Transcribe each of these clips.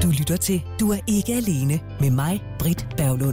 Du lytter til Du er ikke alene med mig, Britt Berglund.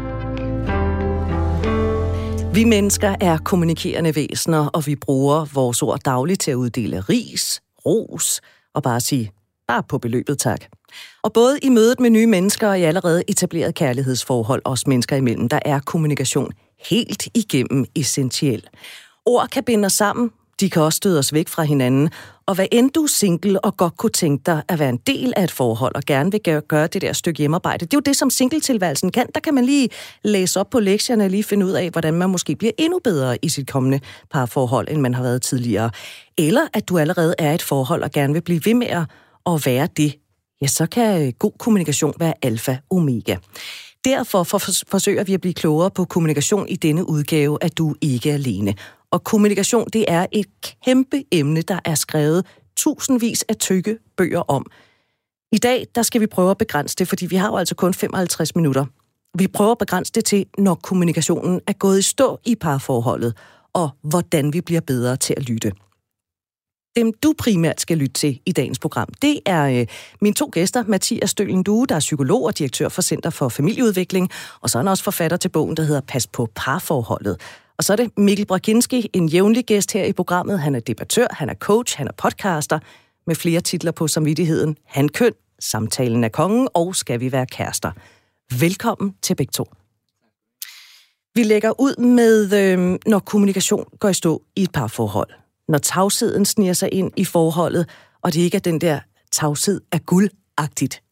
Vi mennesker er kommunikerende væsener, og vi bruger vores ord dagligt til at uddele ris, ros og bare sige, bare på beløbet tak. Og både i mødet med nye mennesker og i allerede etableret kærlighedsforhold os mennesker imellem, der er kommunikation helt igennem essentiel. Ord kan binde os sammen, de kan også støde os væk fra hinanden, og hvad end du er single og godt kunne tænke dig at være en del af et forhold og gerne vil gøre det der stykke hjemmearbejde, det er jo det, som singletilværelsen kan. Der kan man lige læse op på lektierne og lige finde ud af, hvordan man måske bliver endnu bedre i sit kommende parforhold, end man har været tidligere. Eller at du allerede er i et forhold og gerne vil blive ved med at være det, ja, så kan god kommunikation være alfa omega. Derfor forsøger vi at blive klogere på kommunikation i denne udgave, at du ikke er alene. Og kommunikation, det er et kæmpe emne, der er skrevet tusindvis af tykke bøger om. I dag, der skal vi prøve at begrænse det, fordi vi har jo altså kun 55 minutter. Vi prøver at begrænse det til, når kommunikationen er gået i stå i parforholdet, og hvordan vi bliver bedre til at lytte. Dem, du primært skal lytte til i dagens program, det er mine to gæster, Mathias Stølen Due, der er psykolog og direktør for Center for Familieudvikling, og så er han også forfatter til bogen, der hedder Pas på parforholdet. Og så er det Mikkel Brakinski, en jævnlig gæst her i programmet. Han er debattør, han er coach, han er podcaster med flere titler på samvittigheden. Hankøn, Samtalen af kongen og Skal vi være kærester. Velkommen til begge to. Vi lægger ud med, når kommunikation går i stå i et parforhold. Når tavsheden sniger sig ind i forholdet, og det ikke er den der tavshed af guldagtigt.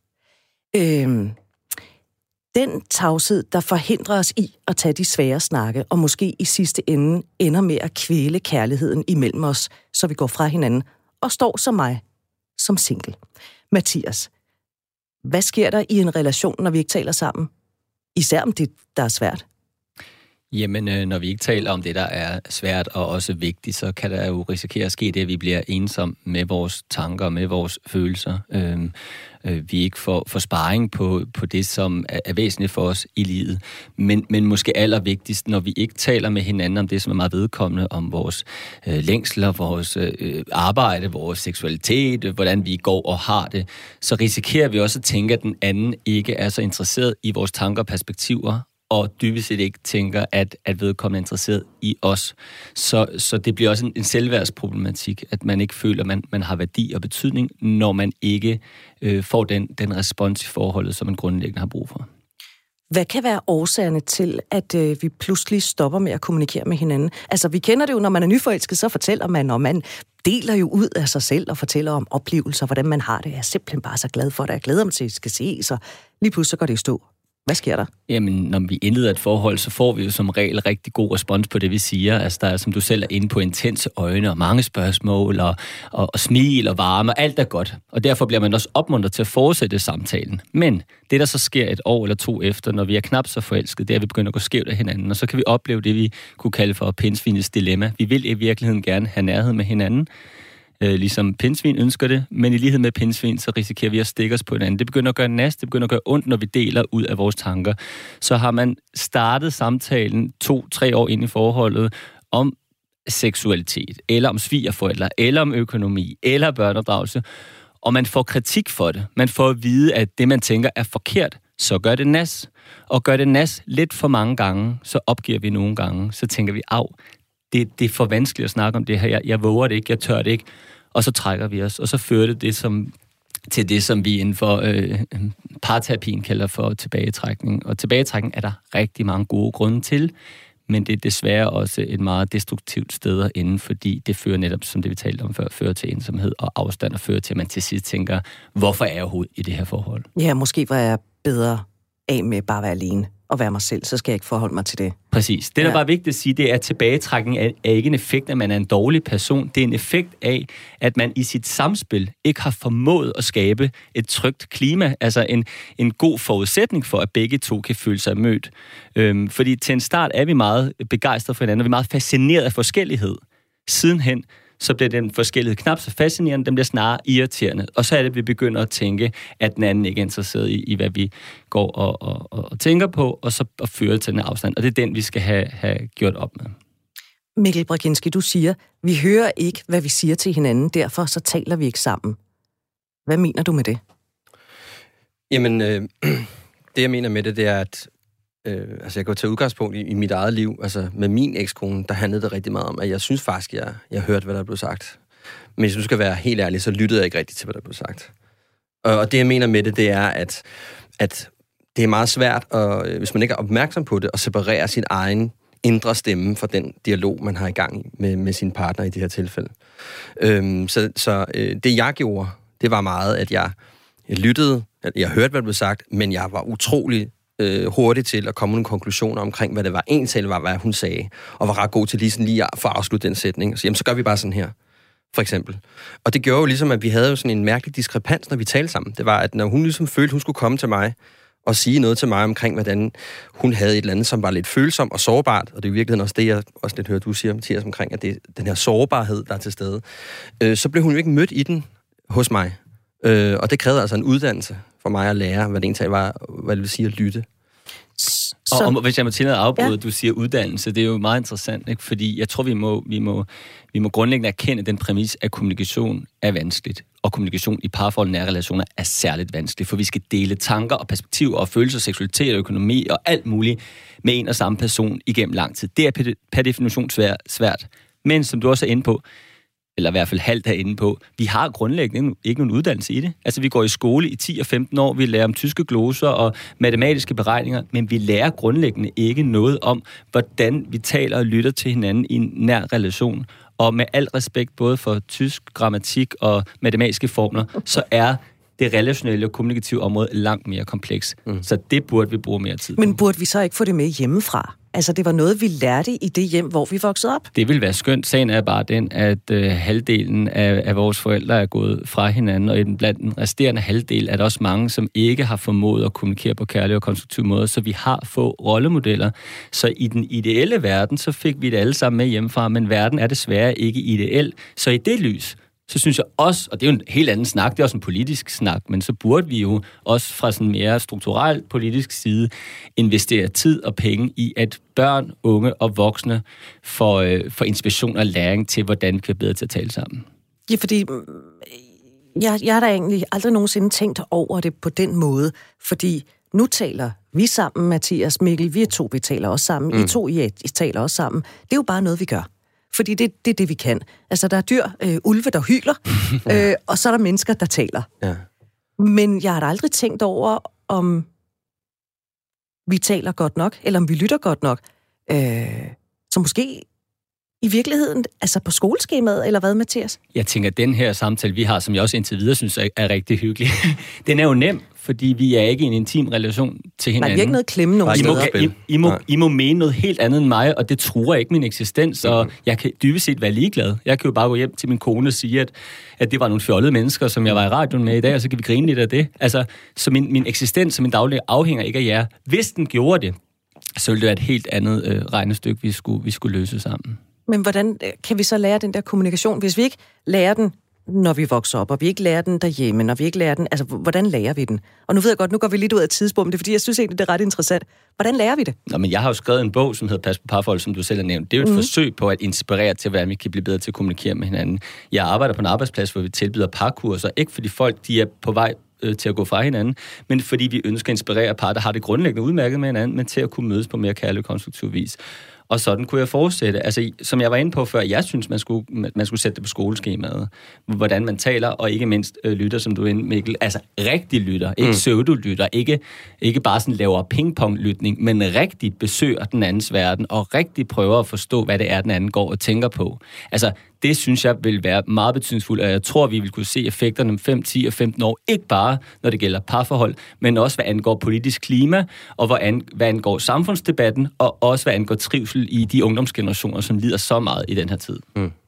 Den tavshed, der forhindrer os i at tage de svære snakke, og måske i sidste ende ender med at kvæle kærligheden imellem os, så vi går fra hinanden og står som mig, som single. Mathias, hvad sker der i en relation, når vi ikke taler sammen? Især om det, der er svært. Jamen, når vi ikke taler om det, der er svært og også vigtigt, så kan der jo risikere at ske det, at vi bliver ensomme med vores tanker og med vores følelser. Vi ikke får sparring på det, som er væsentligt for os i livet. Men måske allervigtigst, når vi ikke taler med hinanden om det, som er meget vedkommende, om vores længsler, vores arbejde, vores seksualitet, hvordan vi går og har det, så risikerer vi også at tænke, at den anden ikke er så interesseret i vores tanker og perspektiver, og dybest set ikke tænker, at vedkommende er interesseret i os. Så det bliver også en selvværdsproblematik, at man ikke føler, at man har værdi og betydning, når man ikke får den respons i forholdet, som man grundlæggende har brug for. Hvad kan være årsagerne til, at vi pludselig stopper med at kommunikere med hinanden? Altså, vi kender det jo, når man er nyforelsket, så fortæller man, og man deler jo ud af sig selv og fortæller om oplevelser, hvordan man har det. Jeg er simpelthen bare så glad for det. Jeg glæder mig til, at vi skal ses, og lige pludselig så går det i stå. Hvad sker der? Jamen, når vi indleder et forhold, så får vi jo som regel rigtig god respons på det, vi siger. Altså, der er, som du selv er inde på, intense øjne og mange spørgsmål og smil og varme, og alt er godt. Og derfor bliver man også opmuntret til at fortsætte samtalen. Men det, der så sker et år eller to efter, når vi er knap så forelskede, det er, at vi begynder at gå skævt af hinanden. Og så kan vi opleve det, vi kunne kalde for pindsvinets dilemma. Vi vil i virkeligheden gerne have nærhed med hinanden, ligesom pindsvin ønsker det, men i lighed med pindsvin, så risikerer vi at stikke os på hinanden. Det begynder at gøre næst, det begynder at gøre ondt, når vi deler ud af vores tanker. Så har man startet samtalen 2-3 år ind i forholdet om seksualitet, eller om svigerforældre, eller om økonomi, eller børneopdragelse, og man får kritik for det. Man får at vide, at det, man tænker, er forkert, så gør det nas. Og gør det nas lidt for mange gange, så opgiver vi nogle gange. Så tænker vi, det er for vanskeligt at snakke om det her. Jeg våger det ikke, jeg tør det ikke. Og så trækker vi os. Og så fører det til det, som vi inden for parterapien kalder for tilbagetrækning. Og tilbagetrækning er der rigtig mange gode grunde til, men det er desværre også et meget destruktivt sted herinde, fordi det fører netop, som det vi talte om før, fører til ensomhed og afstand, og fører til, at man til sidst tænker, hvorfor er jeg overhovedet i det her forhold? Ja, måske var jeg bedre af med bare at være alene og være mig selv, så skal jeg ikke forholde mig til det. Præcis. Det, der bare er vigtigt at sige, det er, at tilbagetrækning er ikke en effekt, at man er en dårlig person. Det er en effekt af, at man i sit samspil ikke har formået at skabe et trygt klima, altså en god forudsætning for, at begge to kan føle sig mødt. Fordi til en start er vi meget begejstrede for hinanden, og vi er meget fascineret af forskellighed. Sidenhen, så bliver den forskellighed knap så fascinerende, den bliver snarere irriterende. Og så er det, at vi begynder at tænke, at den anden ikke er interesseret i hvad vi går og tænker på, og så at føre til den afstand. Og det er den, vi skal have gjort op med. Mikkel Brakinski, du siger, vi hører ikke, hvad vi siger til hinanden, derfor så taler vi ikke sammen. Hvad mener du med det? Jamen, det jeg mener med det er, at jeg kan tage udgangspunkt i mit eget liv. Altså, med min ekskone, der handlede det rigtig meget om, at jeg synes faktisk, jeg hørte, hvad der blev sagt. Men hvis du skal være helt ærlig, så lyttede jeg ikke rigtig til, hvad der blev sagt. Og det, jeg mener med det er, at det er meget svært, hvis man ikke er opmærksom på det, at separere sin egen indre stemme fra den dialog, man har i gang med sin partner i det her tilfælde. Så det, jeg gjorde, det var meget, at jeg lyttede, jeg hørte, hvad der blev sagt, men jeg var utrolig hurtigt til at komme med nogle konklusioner omkring, hvad det var. En tal var, hvad hun sagde, og var ret god til lige at afslutte den sætning. Så, jamen, så gør vi bare sådan her, for eksempel. Og det gjorde jo ligesom, at vi havde jo sådan en mærkelig diskrepans, når vi talte sammen. Det var, at når hun ligesom følte, hun skulle komme til mig og sige noget til mig omkring, hvordan hun havde et eller andet, som var lidt følsomt og sårbart, og det er i virkeligheden også det, jeg også lidt hører, du siger, Mathias, omkring, at det er den her sårbarhed, der er til stede. Så blev hun jo ikke mødt i den hos mig. Og det krævede altså en uddannelse for mig at lære, hvad det egentlig var, hvad det vil sige at lytte. Og hvis jeg må tillade at afbryde, du siger uddannelse, det er jo meget interessant, ikke? Fordi jeg tror, vi må grundlæggende erkende den præmis, at kommunikation er vanskeligt. Og kommunikation i parforhold og nære relationer er særligt vanskeligt, for vi skal dele tanker og perspektiver og følelser, seksualitet og økonomi og alt muligt med en og samme person igennem lang tid. Det er per definition svært. Men som du også er inde på, eller i hvert fald halvt herinde på, vi har grundlæggende ikke nogen uddannelse i det. Altså, vi går i skole i 10 og 15 år, vi lærer om tyske gloser og matematiske beregninger, men vi lærer grundlæggende ikke noget om, hvordan vi taler og lytter til hinanden i en nær relation. Og med al respekt både for tysk grammatik og matematiske formler, så er det relationelle og kommunikative område langt mere kompleks. Så det burde vi bruge mere tid på. Men burde vi så ikke få det med hjemmefra? Altså, det var noget, vi lærte i det hjem, hvor vi voksede op. Det vil være skønt. Sagen er bare den, at halvdelen af vores forældre er gået fra hinanden, og blandt den resterende halvdel er der også mange, som ikke har formået at kommunikere på kærlig og konstruktiv måde, så vi har få rollemodeller. Så i den ideelle verden, så fik vi det alle sammen med hjemmefra, men verden er desværre ikke ideel. Så i det lys, så synes jeg også, og det er jo en helt anden snak, det er også en politisk snak, men så burde vi jo også fra sådan en mere strukturel politisk side investere tid og penge i, at børn, unge og voksne får inspiration og læring til, hvordan vi kan bedre til at tale sammen. Ja, fordi jeg har da egentlig aldrig nogensinde tænkt over det på den måde, fordi nu taler vi sammen, Mathias, Mikkel, vi taler også sammen, I taler også sammen. Det er jo bare noget, vi gør. Fordi det er det, vi kan. Altså, der er dyr, ulve, der hyler, og så er der mennesker, der taler. Ja. Men jeg har da aldrig tænkt over, om vi taler godt nok, eller om vi lytter godt nok. Så måske i virkeligheden, altså på skoleskemaet, eller hvad, Mathias? Jeg tænker, at den her samtale, vi har, som jeg også indtil videre synes er rigtig hyggelig, den er jo nem, fordi vi er ikke i en intim relation til hinanden. Nej, vi er ikke noget klemme nogen steder. I må mene noget helt andet end mig, og det truer ikke min eksistens, og jeg kan dybest set være ligeglad. Jeg kan jo bare gå hjem til min kone og sige, at det var nogle fjollede mennesker, som jeg var i radioen med i dag, og så kan vi grine lidt af det. Altså, så min eksistens og min daglige afhænger ikke af jer. Hvis den gjorde det, så ville det være et helt andet regnestykke, vi skulle løse sammen. Men hvordan kan vi så lære den der kommunikation, hvis vi ikke lærer den, når vi vokser op, og vi ikke lærer den derhjemme, når vi ikke lærer den, altså hvordan lærer vi den? Og nu ved jeg godt, nu går vi lidt ud af tidspunktet, fordi jeg synes egentlig, det er ret interessant. Hvordan lærer vi det? Nå, men jeg har jo skrevet en bog, som hedder Pas på parforhold, som du selv har nævnt. Det er jo et forsøg på at inspirere til, hvordan vi kan blive bedre til at kommunikere med hinanden. Jeg arbejder på en arbejdsplads, hvor vi tilbyder parkurser, ikke fordi folk de er på vej til at gå fra hinanden, men fordi vi ønsker at inspirere par, der har det grundlæggende udmærket med hinanden, men til at kunne mødes på mere kærlig og konstruktiv vis. Og sådan kunne jeg fortsætte. Altså, som jeg var inde på før, jeg synes, man skulle sætte det på skoleskemaet. Hvordan man taler, og ikke mindst lytter, som du er inde, Mikkel. Altså, rigtig lytter, ikke pseudo-lytter. Ikke bare sådan laver ping-pong-lytning, men rigtig besøger den andens verden, og rigtig prøver at forstå, hvad det er, den anden går og tænker på. Altså, det synes jeg vil være meget betydningsfuldt, og jeg tror, vi vil kunne se effekterne om 5, 10 og 15 år. Ikke bare, når det gælder parforhold, men også hvad angår politisk klima, og hvad angår samfundsdebatten, og også hvad angår trivsel i de ungdomsgenerationer, som lider så meget i den her tid.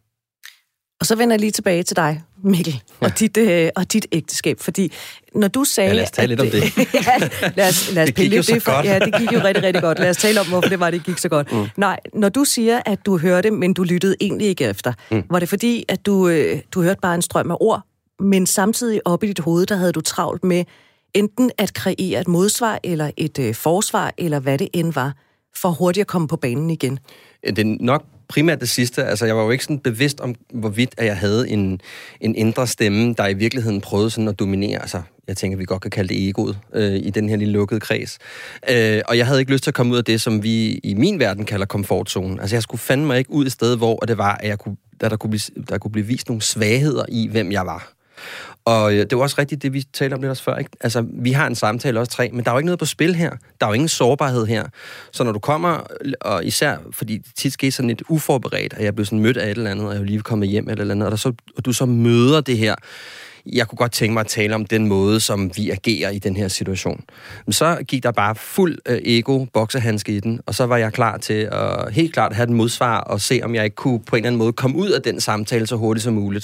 Og så vender jeg lige tilbage til dig, Mikkel, og dit ægteskab, fordi når du sagde... Ja, lad os tale lidt om det. lad os det gik jo så godt. Ja, det gik jo rigtig, rigtig godt. Lad os tale om, hvorfor det gik så godt. Nej, når du siger, at du hørte, men du lyttede egentlig ikke efter, var det fordi, at du hørte bare en strøm af ord, men samtidig oppe i dit hoved, der havde du travlt med enten at kreere et modsvar, eller et forsvar, eller hvad det end var, for hurtigt at komme på banen igen? Det er nok primært det sidste. Altså, jeg var jo ikke sådan bevidst om, hvorvidt at jeg havde en indre stemme, der i virkeligheden prøvede sådan at dominere. Altså, jeg tænker, vi godt kan kalde det egoet i den her lille lukkede kreds. Og jeg havde ikke lyst til at komme ud af det, som vi i min verden kalder komfortzonen. Altså, jeg skulle fandme mig ikke ud et sted, hvor det var, at der kunne blive vist nogle svagheder i, hvem jeg var. Og det var også rigtigt, det vi talte om lidt også før, ikke? Altså, vi har en samtale også 3, men der er jo ikke noget på spil her. Der er jo ingen sårbarhed her. Så når du kommer, og især, fordi det tit sker sådan lidt uforberedt, at jeg blev sådan mødt af et eller andet, og jeg er lige kommet hjem eller andet, og du så møder det her. Jeg kunne godt tænke mig at tale om den måde, som vi agerer i den her situation. Men så gik der bare fuld ego-boksehandske i den, og så var jeg klar til at helt klart have et modsvar, og se, om jeg ikke kunne på en eller anden måde komme ud af den samtale så hurtigt som muligt.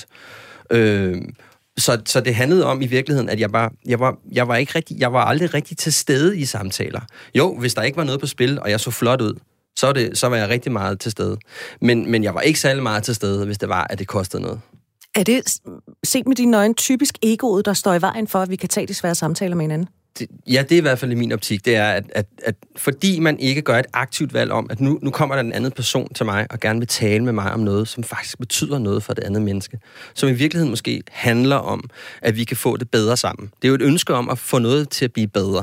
Så det handlede om i virkeligheden, at jeg var aldrig rigtig til stede i samtaler. Jo, hvis der ikke var noget på spil, og jeg så flot ud, så var jeg rigtig meget til stede. Men jeg var ikke særlig meget til stede, hvis det var, at det kostede noget. Er det, set med dine øjne, typisk egoet, der står i vejen for, at vi kan tage de svære samtaler med hinanden? Ja, det er i hvert fald i min optik. Det er, at fordi man ikke gør et aktivt valg om, at nu kommer der en anden person til mig, og gerne vil tale med mig om noget, som faktisk betyder noget for det andet menneske. Som i virkeligheden måske handler om, at vi kan få det bedre sammen. Det er jo et ønske om at få noget til at blive bedre.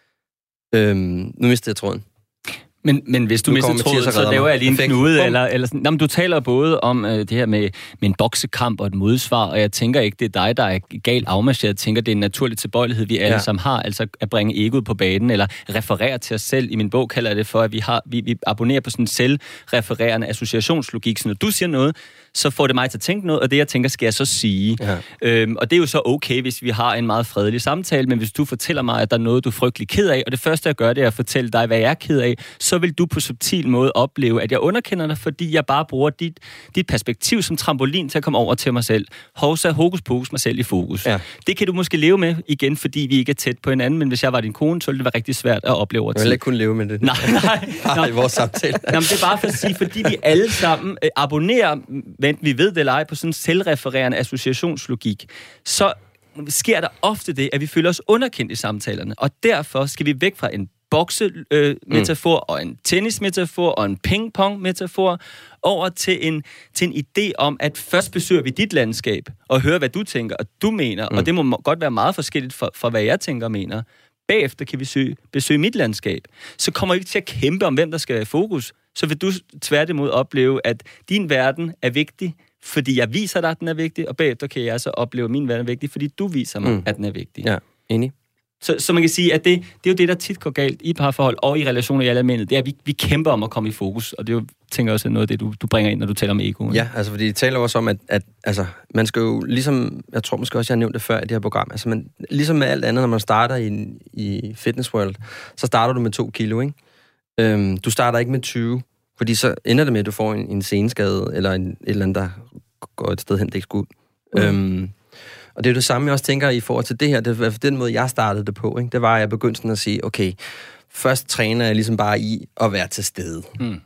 Nu mistede jeg tråden. Men hvis du mister tråden, så laver jeg lige en knude. Eller sådan. Nå, men du taler både om det her med en boksekamp og et modsvar, og jeg tænker ikke, det er dig, der er galt afmarcheret. Jeg tænker, det er en naturlig tilbøjelighed, vi alle sammen har, altså at bringe egoet på banen, eller referere til os selv. I min bog kalder jeg det for, at vi abonnerer på sådan en selvrefererende associationslogik. Så når du siger noget, så får det mig til at tænke noget, og det, jeg tænker, skal jeg så sige. Ja. Og det er jo så okay, hvis vi har en meget fredelig samtale, men hvis du fortæller mig, at der er noget, du er frygtelig ked af, og det første, jeg gør, det er at fortælle dig, hvad jeg er ked af, så vil du på subtil måde opleve, at jeg underkender dig, fordi jeg bare bruger dit perspektiv som trampolin til at komme over til mig selv. Hovsa, hokus pokus, mig selv i fokus. Ja. Det kan du måske leve med igen, fordi vi ikke er tæt på hinanden, men hvis jeg var din kone, så ville det være rigtig svært at opleve over tid. Jeg vil ikke kunne leve med det. Nej, i vores samtale. Jamen, det er bare for at sige, fordi vi alle sammen abonnerer, vent, vi ved det eller ej, på sådan en selvrefererende associationslogik, så sker der ofte det, at vi føler os underkendt i samtalerne, og derfor skal vi væk fra en boksemetafor og en tennismetafor og en pingpong-metafor over til en idé om, at først besøger vi dit landskab og hører, hvad du tænker og du mener, og det må godt være meget forskelligt fra hvad jeg tænker og mener. Bagefter kan vi besøge mit landskab. Så kommer vi ikke til at kæmpe om, hvem der skal være i fokus. Så vil du tværtimod opleve, at din verden er vigtig, fordi jeg viser dig, at den er vigtig, og bagefter kan jeg så opleve, at min verden er vigtig, fordi du viser mig, at den er vigtig. Ja, enig. Så man kan sige, at det er jo det, der tit går galt i parforhold og i relationer i almindelighed. Det er, at vi kæmper om at komme i fokus, og det er jo, tænker jeg også, noget af det, du bringer ind, når du taler om ego. Ja, altså fordi de taler også om, at altså, man skal jo ligesom, jeg tror måske også, jeg har nævnt det før i det her program, altså man, ligesom med alt andet, når man starter i Fitness World, så starter du med 2 kilo, ikke? Du starter ikke med 20, fordi så ender det med, at du får en seneskade, eller et eller andet, der går et sted hen, det ikke skulle ud. Og det er det samme, jeg også tænker i forhold til det her. Det var den måde, jeg startede det på. Ikke? Det var, at jeg begyndte sådan at sige, okay, først træner jeg ligesom bare i at være til stede.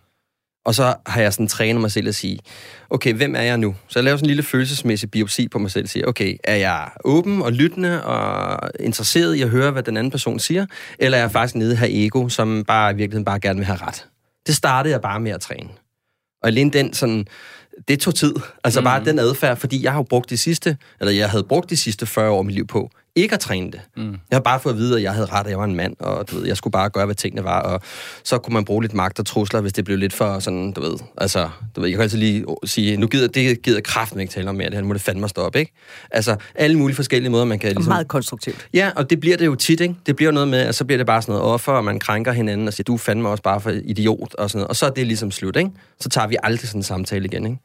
Og så har jeg sådan trænet mig selv at sige, okay, hvem er jeg nu? Så jeg laver sådan en lille følelsesmæssig biopsi på mig selv og siger, okay, er jeg åben og lyttende og interesseret i at høre, hvad den anden person siger? Eller er jeg faktisk nede her ego, som bare i virkeligheden bare gerne vil have ret? Det startede jeg bare med at træne. Og alene den sådan, det tog tid. Altså bare den adfærd, fordi jeg havde brugt de sidste 40 år af mit liv på ikke at træne det. Jeg har bare fået at vide, at jeg havde ret, og jeg var en mand, og du ved, jeg skulle bare gøre, hvad tingene var, og så kunne man bruge lidt magt og trusler, hvis det blev lidt for sådan, du ved, jeg kan altid lige sige, nu gider kraften ikke tale om mere, det her, nu må det fandme stoppe, ikke? Altså, alle mulige forskellige måder, man kan ligesom... Meget konstruktivt. Ja, og det bliver det jo tit, ikke? Det bliver noget med, at så bliver det bare sådan noget offer, og man krænker hinanden, og siger, du fandme også bare for idiot, og sådan noget, og så er det ligesom slut, ikke? Så tager vi aldrig sådan en samtale igen, ikke?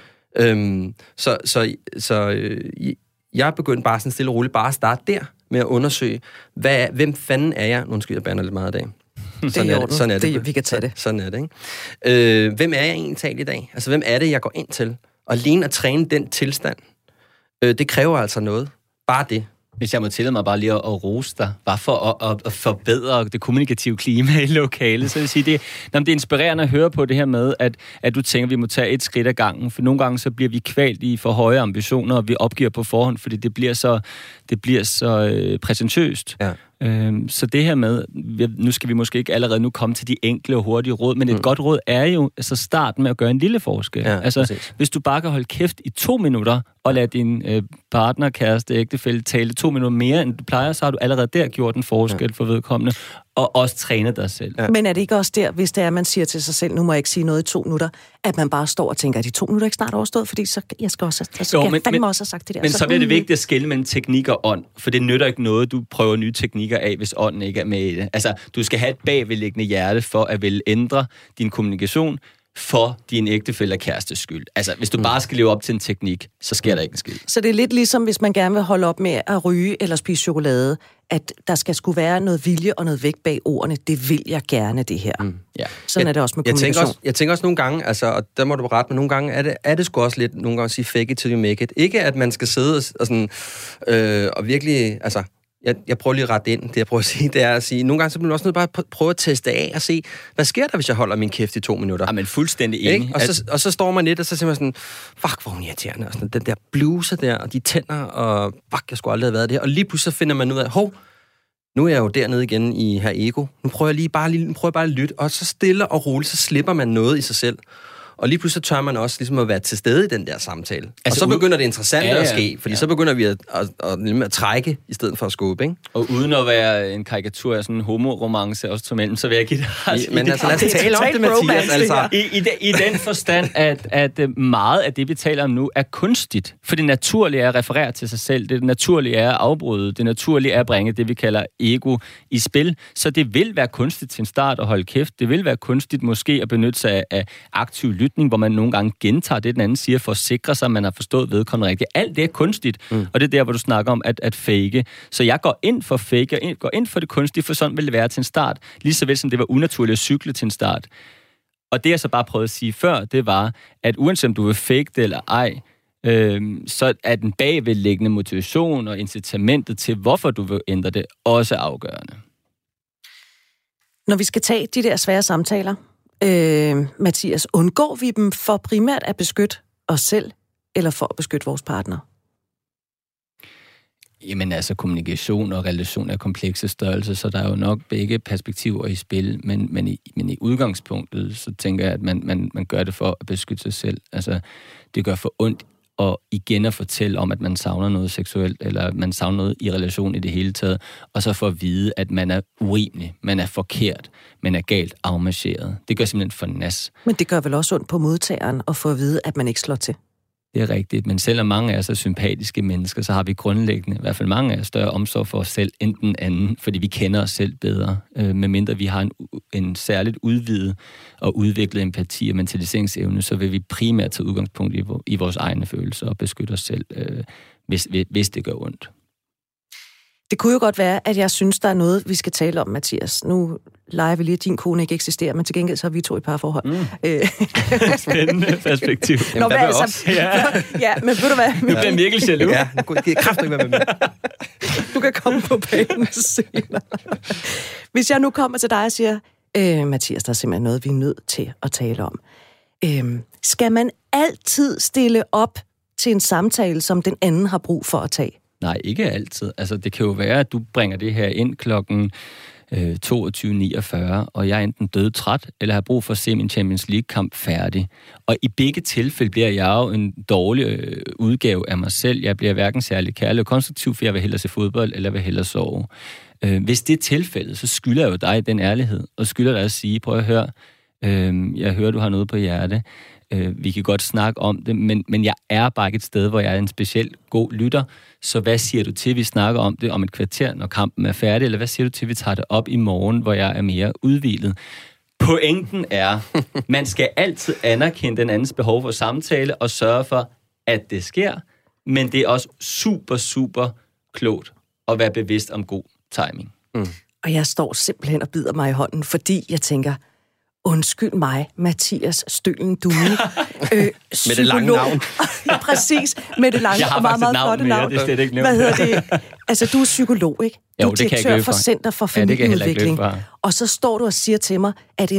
Jeg begyndte bare sådan stille og roligt bare at starte der med at undersøge, hvem fanden er jeg? Nu undskyld, jeg bander lidt meget i dag. Sådan er det. Vi kan tage det. Sådan er det, ikke? Hvem er jeg egentlig i dag? Altså, hvem er det, jeg går ind til? Og alene at træne den tilstand, det kræver altså noget. Bare det. Hvis jeg må tillade mig bare lige at rose dig, bare for at forbedre det kommunikative klima i lokalet, så vil jeg sige, det er inspirerende at høre på det her med, at du tænker, at vi må tage et skridt ad gangen, for nogle gange så bliver vi kvalt i for høje ambitioner, og vi opgiver på forhånd, fordi det bliver så præsentøst. Så det her med, nu skal vi måske ikke allerede nu komme til de enkle og hurtige råd, men et godt råd er jo altså starten med at gøre en lille forskel. Ja, altså, præcis. hvis du bare kan holde kæft i 2 minutter, og lade din partner, kæreste, ægtefælle tale 2 minutter mere, end du plejer, så har du allerede der gjort en forskel for vedkommende, og også træne dig selv. Ja. Men er det ikke også der, hvis det er, man siger til sig selv, nu må jeg ikke sige noget i 2 minutter, at man bare står og tænker, at de 2 minutter ikke snart overstået, fordi så jeg skal også, også have sagt det der. Men så bliver det vigtigt at skelne mellem teknik og ånd, for det nytter ikke noget, du prøver nye teknikker af, hvis ånden ikke er med i det. Altså, du skal have et bagvedliggende hjerte for at ville ændre din kommunikation for din ægtefælle og kærestes skyld. Altså, hvis du bare skal leve op til en teknik, så sker der ikke en skid. Så det er lidt ligesom, hvis man gerne vil holde op med at ryge eller spise chokolade, at der skulle være noget vilje og noget vægt bag ordene. Det vil jeg gerne, det her. Ja. Sådan er det også med kommunikation. Jeg tænker også nogle gange, altså, og der må du rette, men nogle gange er det sgu også lidt, nogle gange at sige fake it till you make it. Ikke at man skal sidde og sådan, og virkelig, altså, jeg prøver lige at rette ind. Det jeg prøver at sige, det er at sige, nogle gange så bliver man også nødt bare at prøve at teste af og se, hvad sker der, hvis jeg holder min kæft i 2 minutter? Ja, men fuldstændig enig. Og så står man lidt, og så siger man sådan, fuck, hvor hun irriterende, og sådan, den der bluse der, og de tænder, og fuck, jeg skulle aldrig have været det her. Og lige pludselig så finder man ud af, nu er jeg jo dernede igen i her ego. Nu prøver jeg bare at lytte, og så stille og roligt, så slipper man noget i sig selv. Og lige pludselig tør man også ligesom at være til stede i den der samtale. Altså, og så begynder det interessante at ske, fordi så begynder vi at trække, i stedet for at skubbe, ikke? Og uden at være en karikatur af sådan en homoromance også til mellem, så vil jeg give det... Men altså, lad os tale om det, Mathias, altså. I den forstand, at meget af det, vi taler om nu, er kunstigt. For det naturlige er at referere til sig selv, det naturlige er at afbryde, det naturlige er at bringe det, vi kalder ego i spil. Så det vil være kunstigt til en start at holde kæft. Det vil være kunstigt måske at benytte sig af aktiv lytning, hvor man nogle gange gentager det, den anden siger, for at sikre sig, at man har forstået vedkommende rigtigt. Alt det er kunstigt, og det er der, hvor du snakker om at fake. Så jeg går ind for fake, jeg går ind for det kunstige, for sådan vil det være til en start, lige så vel som det var unaturligt at cykle til en start. Og det, jeg så bare prøvede at sige før, det var, at uanset om du vil fake det eller ej, så er den bagvedliggende motivation og incitamentet til, hvorfor du vil ændre det, også afgørende. Når vi skal tage de der svære samtaler, Mathias, undgår vi dem for primært at beskytte os selv, eller for at beskytte vores partner? Jamen altså, kommunikation og relation er komplekse størrelser, så der er jo nok begge perspektiver i spil, men i udgangspunktet, så tænker jeg, at man gør det for at beskytte sig selv. Altså, det gør for ondt og igen at fortælle om, at man savner noget seksuelt, eller man savner noget i relation i det hele taget, og så for at vide, at man er urimelig, man er forkert, man er galt afmarcheret. Det gør simpelthen for nas. Men det gør vel også ondt på modtageren at få at vide, at man ikke slår til? Det er rigtigt, men selvom mange af os er sympatiske mennesker, så har vi grundlæggende, i hvert fald mange af os, større omsorg for os selv end den anden, fordi vi kender os selv bedre, medmindre vi har en særligt udvidet og udviklet empati og mentaliseringsevne, så vil vi primært tage udgangspunkt i vores egne følelser og beskytte os selv, hvis det gør ondt. Det kunne jo godt være, at jeg synes, der er noget, vi skal tale om, Mathias. Nu leger vi lige, at din kone ikke eksisterer, men til gengæld så er vi to i parforhold. Spændende perspektiv. Nå, hvad altså? Ja, men ved du hvad? Nu bliver virkelig jaloux. Ja, det er kraftigt ikke være med mig. Du kan komme på banen senere. Hvis jeg nu kommer til dig og siger, Mathias, der er simpelthen noget, vi er nødt til at tale om. Skal man altid stille op til en samtale, som den anden har brug for at tage? Nej, ikke altid. Altså, det kan jo være, at du bringer det her ind klokken 22.49, og jeg er enten dødtræt, eller har brug for at se min Champions League-kamp færdig. Og i begge tilfælde bliver jeg jo en dårlig udgave af mig selv. Jeg bliver hverken særlig kærlig og konstruktiv, for jeg vil hellere se fodbold, eller vil hellere sove. Hvis det er tilfældet, så skylder jeg jo dig den ærlighed, og skylder dig at sige, prøv at høre, jeg hører, du har noget på hjerte. Vi kan godt snakke om det, men jeg er bare ikke et sted, hvor jeg er en specielt god lytter. Så hvad siger du til, vi snakker om det om et kvarter, når kampen er færdig? Eller hvad siger du til, vi tager det op i morgen, hvor jeg er mere udhvilet? Pointen er, man skal altid anerkende den andens behov for samtale og sørge for, at det sker. Men det er også super, super klogt at være bevidst om god timing. Og jeg står simpelthen og bider mig i hånden, fordi jeg tænker, undskyld mig, Mathias Stølen Due. Med det lange navn. Ja, præcis, med det lange og meget, meget flotte navn. Det er ikke hvad hedder det? Altså, du er psykolog, ikke? Du jo, er direktør for Center for Familieudvikling. Og så står du og siger til mig, at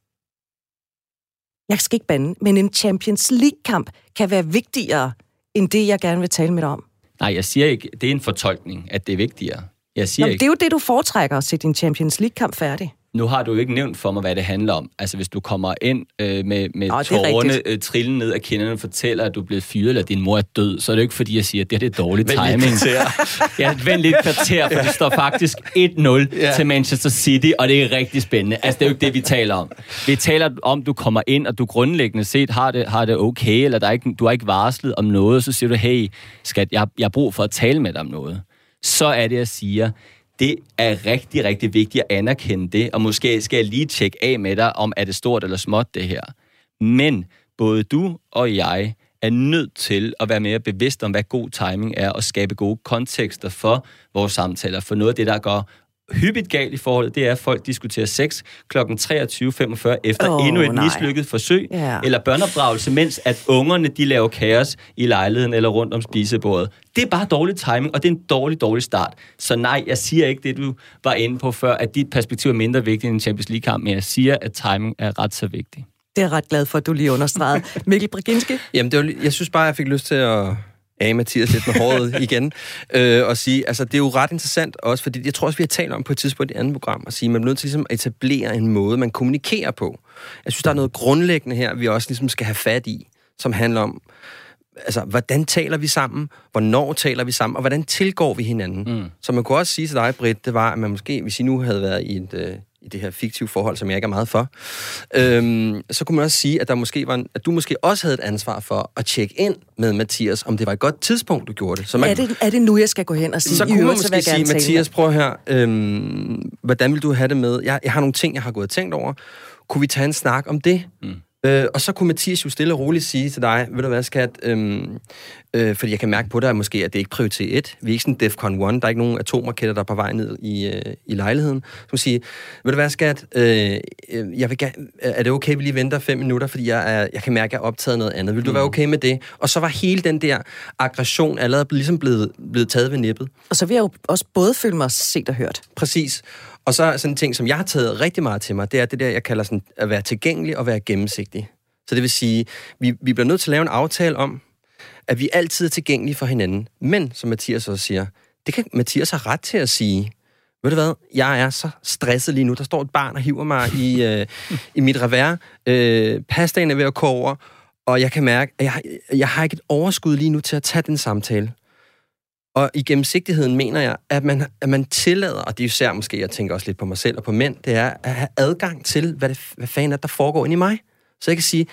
jeg skal ikke bande, men en Champions League-kamp kan være vigtigere end det, jeg gerne vil tale med dig om. Nej, jeg siger ikke, det er en fortolkning, at det er vigtigere. Jeg siger det er jo det, du foretrækker, at se din Champions League-kamp færdig. Nu har du jo ikke nævnt for mig, hvad det handler om. Altså, hvis du kommer ind med tårerne trillen ned af kinderne og fortæller, at du er blevet fyret, eller din mor er død, så er det jo ikke, fordi jeg siger, at det er dårlig timing. Vent lidt kvarter, for det står faktisk 1-0 til Manchester City, og det er rigtig spændende. Altså, det er jo ikke det, vi taler om. Vi taler om, at du kommer ind, og du grundlæggende set har det okay, eller du har ikke varslet om noget, og så siger du, hey, skat, jeg har brug for at tale med dig om noget. Så er det, jeg siger, det er rigtig, rigtig vigtigt at anerkende det, og måske skal jeg lige tjekke af med dig, om er det stort eller småt, det her. Men både du og jeg er nødt til at være mere bevidst om, hvad god timing er, og skabe gode kontekster for vores samtaler. For noget af det, der går hyppigt galt i forholdet, det er, at folk diskuterer sex kl. 23.45 efter endnu et mislykket forsøg, eller børneopdragelse, mens at ungerne de laver kaos i lejligheden eller rundt om spisebordet. Det er bare dårlig timing, og det er en dårlig start. Så nej, jeg siger ikke det, du var inde på før, at dit perspektiv er mindre vigtigt end en Champions League-kamp, men jeg siger, at timing er ret så vigtig. Det er jeg ret glad for, at du lige understregede. Mikkel Braginski? Jamen, jeg synes bare, jeg fik lyst til at Mathias lidt med håret igen, og sige, altså det er jo ret interessant også, fordi jeg tror også, vi har talt om på et tidspunkt i et andet program, at sige, at man er nødt til ligesom at etablere en måde, man kommunikerer på. Jeg synes, der er noget grundlæggende her, vi også ligesom skal have fat i, som handler om, altså, hvordan taler vi sammen, hvornår taler vi sammen, og hvordan tilgår vi hinanden. Så man kunne også sige til dig, Britt, det var, at man måske, hvis I nu havde været i det her fiktive forhold, som jeg ikke er meget for, så kunne man også sige, at der måske var at du måske også havde et ansvar for at tjekke ind med Mathias, om det var et godt tidspunkt, du gjorde det. Så man, er det nu, jeg skal gå hen og sige? Så kunne man måske sige, Mathias, prøv her, hvordan vil du have det med? Jeg har nogle ting, jeg har gået og tænkt over. Kunne vi tage en snak om det? Og så kunne Mathias jo stille og roligt sige til dig, ved du hvad, skat, fordi jeg kan mærke på dig, at måske at det ikke er prioritet 1. Vi er ikke sådan DEFCON 1. Der er ikke nogen atomraketter, der er på vej ned i lejligheden. Så man sige, ved du hvad, skat, jeg vil er det okay, vi lige venter 5 minutter, fordi jeg kan mærke, at jeg er optaget noget andet. Vil du være okay med det? Og så var hele den der aggression allerede ligesom blevet taget ved nippet. Og så vil jeg jo også både føle mig set og hørt. Præcis. Og så sådan en ting, som jeg har taget rigtig meget til mig, det er det der, jeg kalder sådan at være tilgængelig og være gennemsigtig. Så det vil sige, vi bliver nødt til at lave en aftale om, at vi altid er tilgængelige for hinanden. Men, som Mathias også siger, det kan Mathias have ret til at sige, ved du hvad, jeg er så stresset lige nu, der står et barn og hiver mig i mit revers, pastaen er ved at koge over, og jeg kan mærke, at jeg har ikke et overskud lige nu til at tage den samtale. Og i gennemsigtigheden mener jeg, at man tillader, og det er især måske, jeg tænker også lidt på mig selv og på mænd, det er at have adgang til, hvad fanden er, der foregår inde i mig. Så jeg kan sige,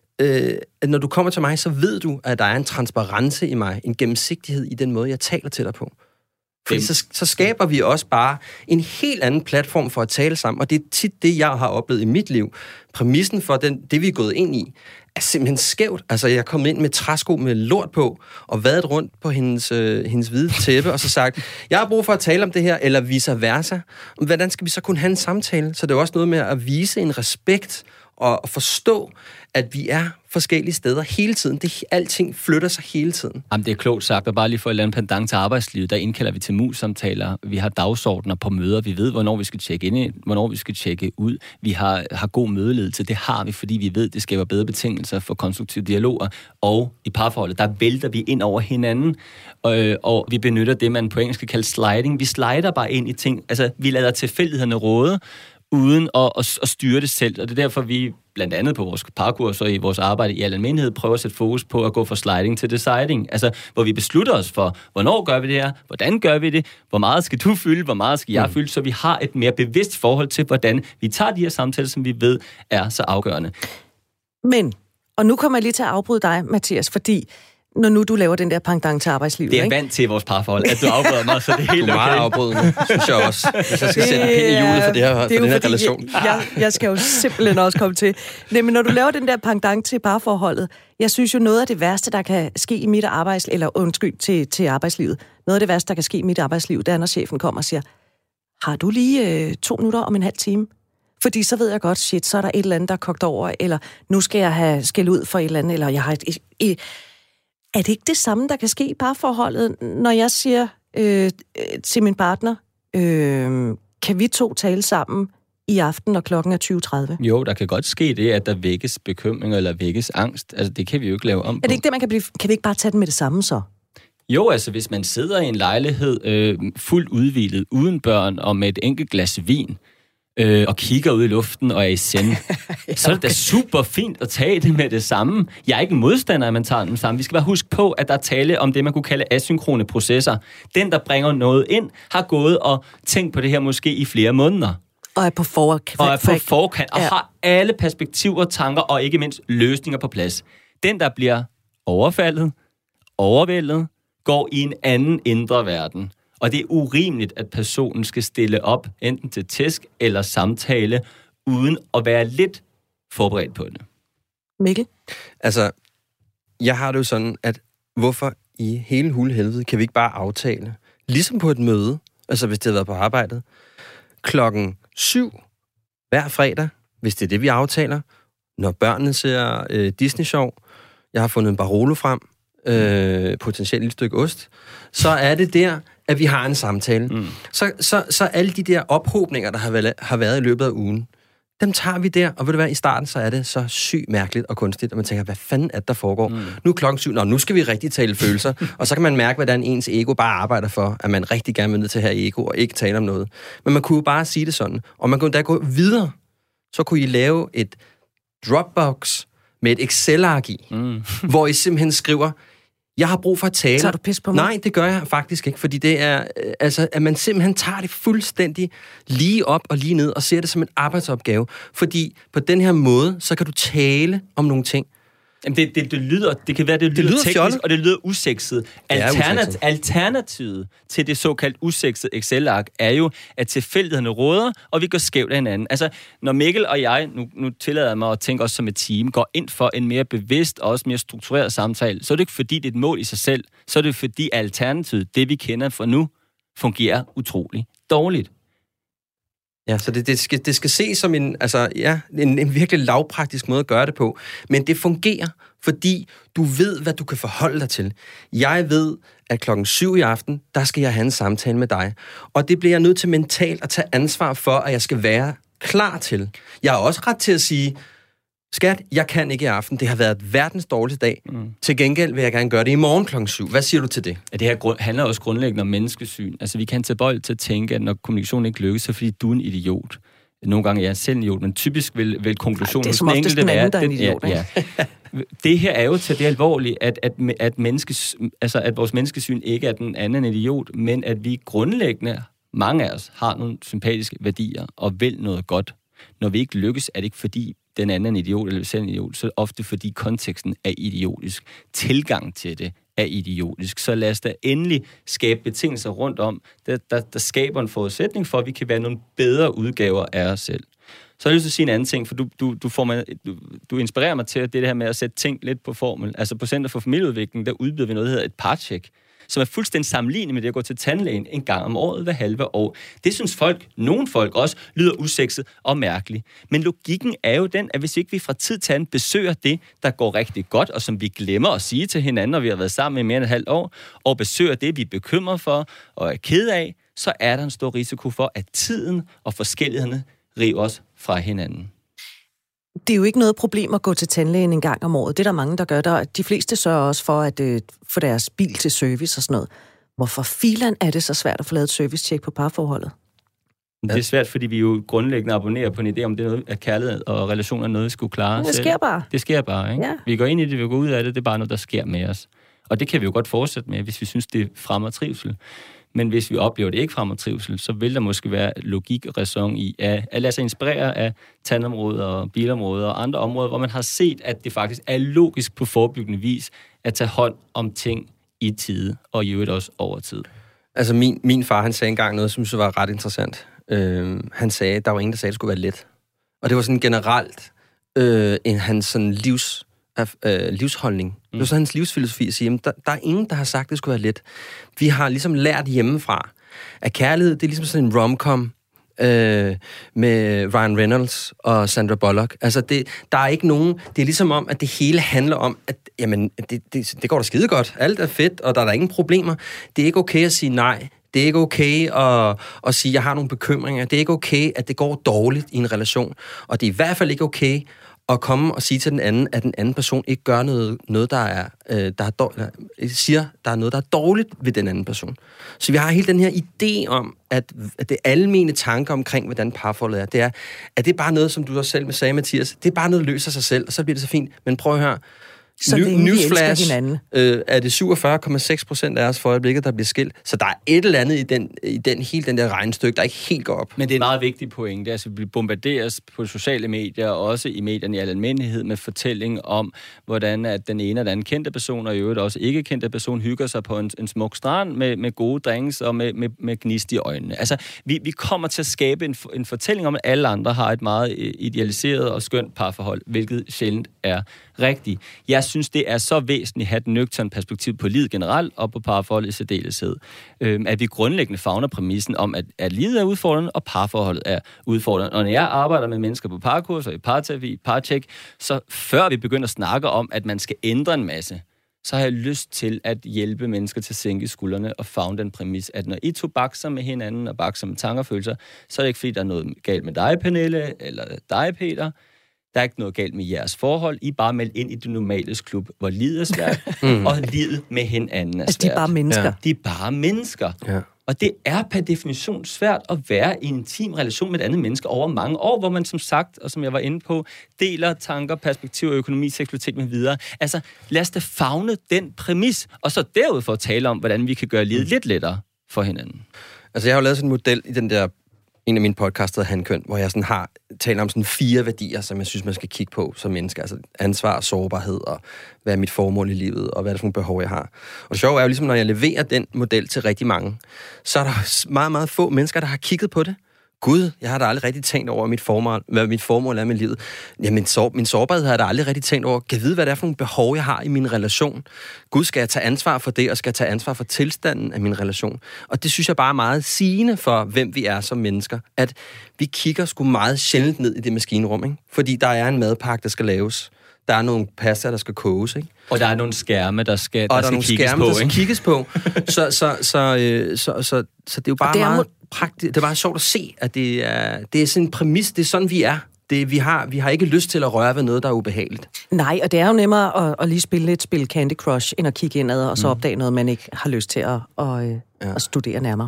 at når du kommer til mig, så ved du, at der er en transparence i mig, en gennemsigtighed i den måde, jeg taler til dig på. Fordi så skaber vi også bare en helt anden platform for at tale sammen, og det er tit det, jeg har oplevet i mit liv. Præmissen for det vi er gået ind i, er simpelthen skævt. Altså, jeg kom ind med træsko med lort på, og vadet rundt på hendes hvide tæppe, og så sagt, jeg har brug for at tale om det her, eller vice versa. Hvordan skal vi så kunne have en samtale? Så det er også noget med at vise en respekt, og forstå, at vi er forskellige steder hele tiden. Alting flytter sig hele tiden. Jamen, det er klogt sagt, og bare lige for at lave en pendant til arbejdslivet, der indkalder vi til mus-samtaler. Vi har dagsordner på møder. Vi ved, hvornår vi skal tjekke ind, hvornår vi skal tjekke ud. Vi har god mødeledelse. Det har vi, fordi vi ved, det skaber bedre betingelser for konstruktive dialoger. Og i parforholdet, der vælter vi ind over hinanden, og vi benytter det, man på engelsk kan kalde sliding. Vi slider bare ind i ting. Altså, vi lader tilfældighederne råde, uden at styre det selv. Og det er derfor, vi blandt andet på vores parkurs og i vores arbejde i al almindelighed prøver at sætte fokus på at gå fra sliding til deciding. Altså, hvor vi beslutter os for, hvornår gør vi det her, hvordan gør vi det, hvor meget skal du fylde, hvor meget skal jeg fylde, så vi har et mere bevidst forhold til, hvordan vi tager de her samtaler, som vi ved er så afgørende. Men, og nu kommer jeg lige til at afbryde dig, Mathias, fordi når nu du laver den der pendant til arbejdslivet. Det er vant til vores parforhold, at du afbryder mig, så det er helt okay. Du er meget afbrydende, synes jeg også. Hvis jeg skal sætte en pind i hjulet for, den her relation. Jeg skal jo simpelthen også komme til. Nej, men når du laver den der pendant til parforholdet, jeg synes jo noget af det værste, der kan ske i mit til arbejdslivet, noget af det værste, der kan ske i mit arbejdsliv, det er, når chefen kommer og siger, har du lige 2 minutter om en halv time? Fordi så ved jeg godt, shit, så er der et eller andet, der er kogt over, eller nu skal jeg have skæld ud for et eller andet, eller jeg har Er det ikke det samme, der kan ske i parforholdet, når jeg siger til min partner, kan vi 2 tale sammen i aften, når klokken er 20:30? Jo, der kan godt ske det, at der vækkes bekymring eller vækkes angst. Altså, det kan vi jo ikke lave om på. Er det ikke det, man kan vi ikke bare tage den med det samme så? Jo, altså hvis man sidder i en lejlighed fuldt udhvilet, uden børn og med et enkelt glas vin, og kigger ud i luften og er i send, så er det da super fint at tage det med det samme. Jeg er ikke modstander, at man tager dem sammen. Vi skal bare huske på, at der er tale om det, man kunne kalde asynkrone processer. Den, der bringer noget ind, har gået og tænkt på det her måske i flere måneder. Og er på forkant. Og har alle perspektiver, tanker og ikke mindst løsninger på plads. Den, der bliver overfaldet, overvældet, går i en anden indre verden. Og det er urimeligt, at personen skal stille op, enten til tæsk eller samtale, uden at være lidt forberedt på det. Mikkel? Altså, jeg har det jo sådan, at hvorfor i hele hulhelvede kan vi ikke bare aftale, ligesom på et møde, altså hvis det har været på arbejdet, 7:00 hver fredag, hvis det er det, vi aftaler, når børnene ser Disney-show, jeg har fundet en Barolo frem, potentielt et stykke ost, så er det der, at vi har en samtale. Så alle de der ophobninger, der har været i løbet af ugen, dem tager vi der, og ved du hvad, i starten, så er det så sygt mærkeligt og kunstigt, og man tænker, hvad fanden er det, der foregår? Nu er 7:00, nu skal vi rigtig tale følelser, og så kan man mærke, hvordan ens ego bare arbejder for, at man rigtig gerne vil ned til at have ego, og ikke tale om noget. Men man kunne jo bare sige det sådan, og man kunne da gå videre, så kunne I lave et Dropbox med et Excel-ark i, hvor I simpelthen skriver, jeg har brug for at tale. Tager du pis på mig? Nej, det gør jeg faktisk ikke, fordi det er, altså, at man simpelthen tager det fuldstændig lige op og lige ned, og ser det som en arbejdsopgave. Fordi på den her måde, så kan du tale om nogle ting. Jamen det kan være, det lyder teknisk, fjollet. og det lyder usekset. Alternativet til det såkaldt usekset Excel-ark er jo, at tilfældighederne råder, og vi går skævt af hinanden. Altså, når Mikkel og jeg, nu tillader jeg mig at tænke os som et team, går ind for en mere bevidst og også mere struktureret samtale, så er det ikke fordi, det er et mål i sig selv, så er det fordi alternativet, det vi kender for nu, fungerer utrolig dårligt. Ja, så det skal ses som en virkelig lavpraktisk måde at gøre det på. Men det fungerer, fordi du ved, hvad du kan forholde dig til. Jeg ved, at 7:00 i aften, der skal jeg have en samtale med dig. Og det bliver jeg nødt til mentalt at tage ansvar for, at jeg skal være klar til. Jeg har også ret til at sige, skat, jeg kan ikke i aften. Det har været verdens dårligste dag. Til gengæld vil jeg gerne gøre det i morgen 7:00. Hvad siger du til det? Ja, det her handler også grundlæggende om menneskesyn. Altså, vi kan tage bold til at tænke, at når kommunikationen ikke lykkes, så fordi du er en idiot. Nogle gange er jeg selv en idiot, men typisk vil konklusionen hos den enkelte være... Det er som oftest den anden, der er en idiot, ja. Det her er jo til det alvorlige, at vores menneskesyn ikke er den anden en idiot, men at vi grundlæggende, mange af os, har nogle sympatiske værdier og vil noget godt. Når vi ikke lykkes, er det ikke fordi den anden er en idiot, eller selv en idiot, så ofte fordi konteksten er idiotisk. Tilgang til det er idiotisk. Så lad os da endelig skabe betingelser rundt om, der skaber en forudsætning for, at vi kan være nogle bedre udgaver af os selv. Så har jeg lyst til at sige en anden ting, for du inspirerer mig til det her med at sætte ting lidt på formel. Altså på Center for Familieudvikling, der udbyder vi noget, der hedder et partcheck, som er fuldstændig sammenlignet med det at gå til tandlægen en gang om året hver halve år. Det synes nogle folk også, lyder usekset og mærkeligt. Men logikken er jo den, at hvis ikke vi fra tid til anden besøger det, der går rigtig godt, og som vi glemmer at sige til hinanden, når vi har været sammen i mere end et halvt år, og besøger det, vi er bekymret for og er ked af, så er der en stor risiko for, at tiden og forskellighederne river os fra hinanden. Det er jo ikke noget problem at gå til tandlægen en gang om året. Det er der mange, der gør der. De fleste sørger også for at få deres bil til service og sådan noget. Hvorfor filan er det så svært at få lavet et service-check på parforholdet? Det er svært, fordi vi jo grundlæggende abonnerer på en idé om, det er noget, at kærlighed og relationer er noget, vi skulle klare. Det sker bare. Det sker bare, ikke? Ja. Vi går ind i det, vi går ud af det, det er bare noget, der sker med os. Og det kan vi jo godt fortsætte med, hvis vi synes, det fremmer trivsel. Men hvis vi oplever, det ikke fremmer trivsel, så vil der måske være logik og ræson i at lade sig inspirere af tandområder og bilområder og andre områder, hvor man har set, at det faktisk er logisk på forebyggende vis at tage hånd om ting i tide, og i øvrigt også over tid. Altså min far, han sagde engang noget, som jeg synes var ret interessant. Han sagde, at der var ingen, der sagde, at det skulle være let. Og det var sådan generelt hans sådan livsholdning. Det var så hans livsfilosofi at sige, at der er ingen, der har sagt, at det skulle være let. Vi har ligesom lært hjemmefra, at kærlighed, det er ligesom sådan en rom-com med Ryan Reynolds og Sandra Bullock. Altså, der er ikke nogen... Det er ligesom om, at det hele handler om, at jamen, det går da skide godt. Alt er fedt, og der er der ingen problemer. Det er ikke okay at sige nej. Det er ikke okay at sige, at jeg har nogle bekymringer. Det er ikke okay, at det går dårligt i en relation. Og det er i hvert fald ikke okay at komme og sige til den anden, at den anden person ikke gør noget der er siger, der er noget, der er dårligt ved den anden person. Så vi har hele den her idé om, at det almene tanker omkring, hvordan parforholdet er, det er, at det er bare noget, som du også selv sagde, Mathias, det er bare noget, der løser sig selv, og så bliver det så fint. Men prøv at høre, så newsflash, er det 47,6% af os for øjeblikket, der bliver skilt. Så der er et eller andet i hele den der regnestykke, der ikke helt går op. Men det er en meget vigtig point. Det er, at vi bombarderes på sociale medier, og også i medierne i al almindelighed, med fortælling om, hvordan at den ene og den anden kendte person, og i øvrigt også ikke kendte person, hygger sig på en smuk strand med gode drinks og med gnist i øjnene. Altså, vi kommer til at skabe en fortælling om, at alle andre har et meget idealiseret og skønt parforhold, hvilket sjældent er rigtigt. Jeg synes, det er så væsentligt at have et nøgternt perspektiv på livet generelt og på parforholdet i særdeleshed. At vi grundlæggende favner præmissen om, at livet er udfordrende, og parforholdet er udfordrende. Og når jeg arbejder med mennesker på parkurser, i parterapi, partjek, så før vi begynder at snakke om, at man skal ændre en masse, så har jeg lyst til at hjælpe mennesker til at sænke skuldrene og favne den præmis, at når I to bakser med hinanden og bakser med tanker og følelser, så er det ikke fordi, der er noget galt med dig, Pernille, eller dig, Peter. Der er ikke noget galt med jeres forhold. I er bare meldt ind i det normales klub, hvor livet er svært, og livet med hinanden er svært. Altså, de er bare mennesker. Ja. De er bare mennesker. Ja. Og det er per definition svært at være i en intim relation med et andet menneske over mange år, hvor man som sagt, og som jeg var inde på, deler tanker, perspektiver, økonomi, seksualitet med videre. Altså, lad os da favne den præmis, og så derud for at tale om, hvordan vi kan gøre livet lidt lettere for hinanden. Altså, jeg har jo lavet sådan en model i en af mine podcasts, der hedder Handkøn, hvor jeg sådan taler om sådan 4 værdier, som jeg synes, man skal kigge på som menneske. Altså ansvar og sårbarhed, og hvad er mit formål i livet, og hvad er det for nogle behov, jeg har. Og det sjove er jo ligesom, når jeg leverer den model til rigtig mange, så er der meget, meget få mennesker, der har kigget på det. Gud, jeg har da aldrig rigtig tænkt over, hvad mit formål er med livet. Ja, min sårbarhed har jeg da aldrig rigtig tænkt over. Kan jeg vide, hvad det er for nogle behov, jeg har i min relation? Gud, skal jeg tage ansvar for det, og skal jeg tage ansvar for tilstanden af min relation? Og det synes jeg bare er meget sigende for, hvem vi er som mennesker. At vi kigger sgu meget sjældent ned i det maskinrum, ikke? Fordi der er en madpakke, der skal laves. Der er nogle pasta, der skal koges, ikke? Og der er nogle skærme, der skal kigges på. Så det er jo bare meget praktisk. Det er bare sjovt at se, at det er sådan en præmis. Det er sådan, vi er. Vi har ikke lyst til at røre ved noget, der er ubehageligt. Nej, og det er jo nemmere at lige spille et spil Candy Crush, end at kigge indad og så opdage noget, man ikke har lyst til at studere nærmere.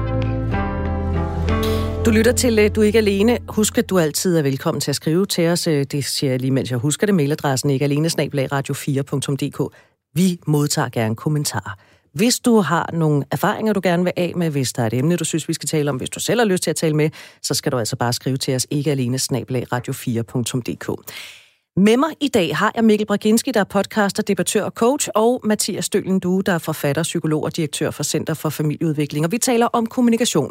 Du lytter til Du er ikke alene. Husk, at du altid er velkommen til at skrive til os. Det siger jeg lige, mens jeg husker det. Mailadressen ikkealene@radio4.dk. Vi modtager gerne kommentarer. Hvis du har nogle erfaringer, du gerne vil af med, hvis der er et emne, du synes, vi skal tale om, hvis du selv har lyst til at tale med, så skal du altså bare skrive til os ikkealene@radio4.dk. Med mig i dag har jeg Mikkel Braginski, der er podcaster, debattør og coach, og Mathias Stølen Due, der er forfatter, psykolog og direktør for Center for Familieudvikling. Og vi taler om kommunikation.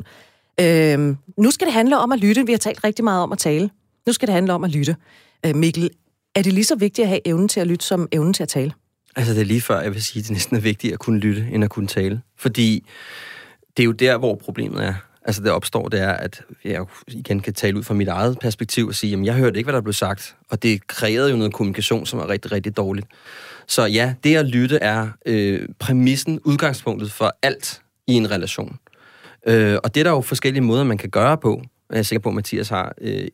Nu skal det handle om at lytte. Vi har talt rigtig meget om at tale. Nu skal det handle om at lytte. Mikkel, er det lige så vigtigt at have evnen til at lytte, som evnen til at tale? Altså, det er lige før, jeg vil sige, at det næsten er vigtigt at kunne lytte, end at kunne tale. Fordi det er jo der, hvor problemet er. Altså, det opstår, det er, at jeg igen kan tale ud fra mit eget perspektiv og sige, jamen, jeg hørte ikke, hvad der blev sagt. Og det krævede jo noget kommunikation, som er rigtig, rigtig dårligt. Så ja, det at lytte er præmissen, udgangspunktet for alt i en relation. Og det er der jo forskellige måder, man kan gøre på. Jeg er sikker på, at Mathias har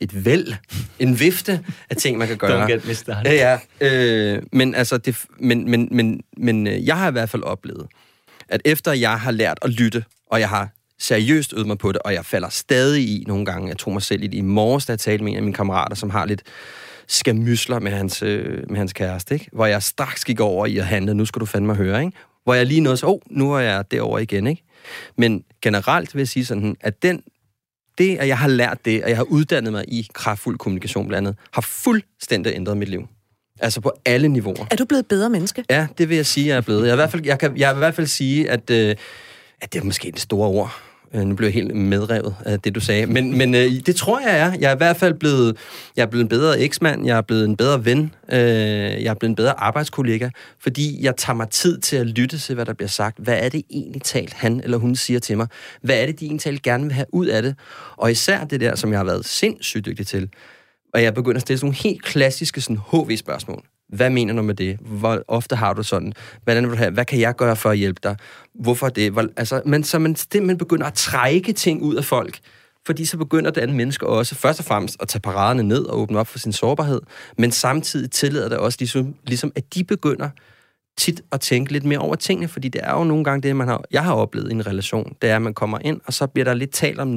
en vifte af ting, man kan gøre. Don't get me started. Ja. Men altså, men jeg har i hvert fald oplevet, at efter jeg har lært at lytte, og jeg har seriøst øvet mig på det, og jeg falder stadig i nogle gange. Jeg tog mig selv i morges, da jeg talte med en af mine kammerater, som har lidt skamysler med hans kæreste, ikke? Hvor jeg straks gik over i at handle, nu skal du fandme høre, ikke? Hvor jeg lige nåede så, nu er jeg derovre igen, ikke? Men generelt vil jeg sige sådan, at det, at jeg har lært det, og jeg har uddannet mig i kraftfuld kommunikation blandt andet, har fuldstændig ændret mit liv. Altså på alle niveauer. Er du blevet bedre menneske? Ja, det vil jeg sige, jeg er blevet. Jeg vil i hvert fald sige, at det er måske det store ord. Nu blev jeg helt medrevet af det, du sagde. Men det tror jeg er. Jeg er i hvert fald blevet en bedre eksmand, jeg er blevet en bedre ven, jeg er blevet en bedre arbejdskollega, fordi jeg tager mig tid til at lytte til, hvad der bliver sagt. Hvad er det egentlig talt, han eller hun siger til mig? Hvad er det, de egentlig talt gerne vil have ud af det? Og især det der, som jeg har været sindssygt dygtig til. Og jeg begynder at stille sådan nogle helt klassiske sådan HV-spørgsmål. Hvad mener du med det? Hvor ofte har du sådan? Hvad kan jeg gøre for at hjælpe dig? Hvorfor det? Men så man begynder at trække ting ud af folk fordi så begynder det andet menneske også først og fremmest at tage paraderne ned og åbne op for sin sårbarhed, men samtidig tillader det også ligesom at de begynder tit at tænke lidt mere over tingene, fordi det er jo nogle gange det, jeg har oplevet i en relation, det er, at man kommer ind, og så bliver der lidt talt om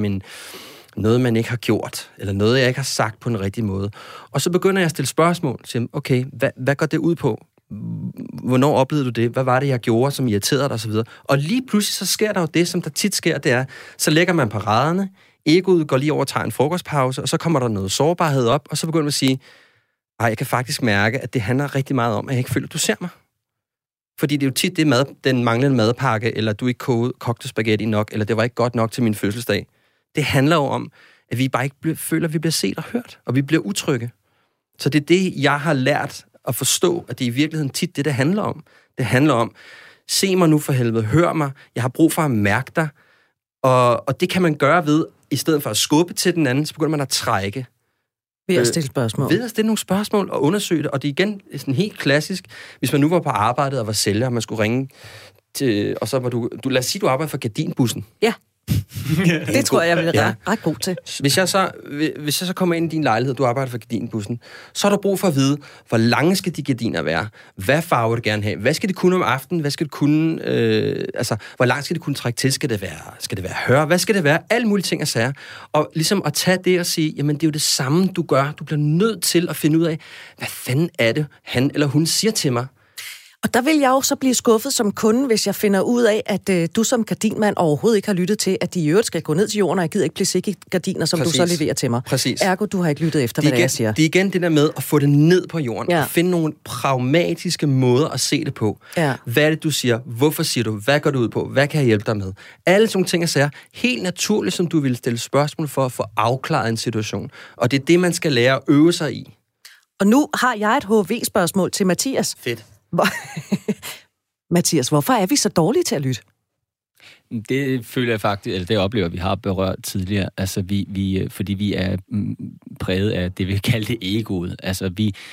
noget, man ikke har gjort, eller noget, jeg ikke har sagt på en rigtig måde. Og så begynder jeg at stille spørgsmål, siger, okay, hvad går det ud på? Hvornår oplevede du det? Hvad var det, jeg gjorde, som irriterede dig, og så videre. Og lige pludselig, så sker der jo det, som der tit sker, det er, så lægger man paraderne, egoet går lige over og tager en frokostpause, og så kommer der noget sårbarhed op, og så begynder man at sige, jeg kan faktisk mærke, at det handler rigtig meget om, at jeg ikke føler, at du ser mig. Fordi det er jo tit den manglende madpakke, eller du ikke kogte spaghetti nok, eller det var ikke godt nok til min fødselsdag. Det handler jo om, at vi bare ikke føler, at vi bliver set og hørt, og vi bliver utrygge. Så det er det, jeg har lært at forstå, at det er i virkeligheden tit det handler om. Det handler om, se mig nu for helvede, hør mig, jeg har brug for at mærke dig, og det kan man gøre ved, i stedet for at skubbe til den anden, så begynder man at trække. Ved at stille spørgsmål. Ved at stille nogle spørgsmål og undersøge det, og det er igen sådan helt klassisk, hvis man nu var på arbejdet og var sælger, og man skulle ringe til, og så var du lad os sige, du arbejder for gardinbussen. Ja. Det tror jeg bliver ret god til. Hvis jeg så kommer ind i din lejlighed, du arbejder for gardinbussen, så har du brug for at vide, hvor lange skal de gardiner være? Hvad farve vil du gerne have? Hvad skal det kunne om aftenen? Hvad skal det kunne, hvor langt skal det kunne trække til? Skal det være hør? Hvad skal det være? Alle mulige ting og sager. Og ligesom at tage det og sige, jamen det er jo det samme, du gør. Du bliver nødt til at finde ud af, hvad fanden er det, han eller hun siger til mig? Og der vil jeg jo så blive skuffet som kunde, hvis jeg finder ud af, at du som gardinmand overhovedet ikke har lyttet til, at de i øvrigt skal gå ned til jorden, og jeg gider ikke blive sikke gardiner, som Præcis. du så leverer til mig. Præcis. Ergo, du har ikke lyttet efter, hvad jeg siger. Det er igen det der med at få det ned på jorden, og finde nogle pragmatiske måder at se det på. Ja. Hvad er det, du siger? Hvorfor siger du? Hvad går du ud på? Hvad kan jeg hjælpe dig med? Alle sådan nogle ting, jeg siger, helt naturligt, som du vil stille spørgsmål for at få afklaret en situation. Og det er det, man skal lære at øve sig i. Og nu har jeg et HV-spørgsmål til Mathias. Fedt. Mathias, hvorfor er vi så dårlige til at lytte? Det føler jeg faktisk, eller det oplever vi har berørt tidligere, altså fordi vi er præget af det, vi kalder det egoet. Altså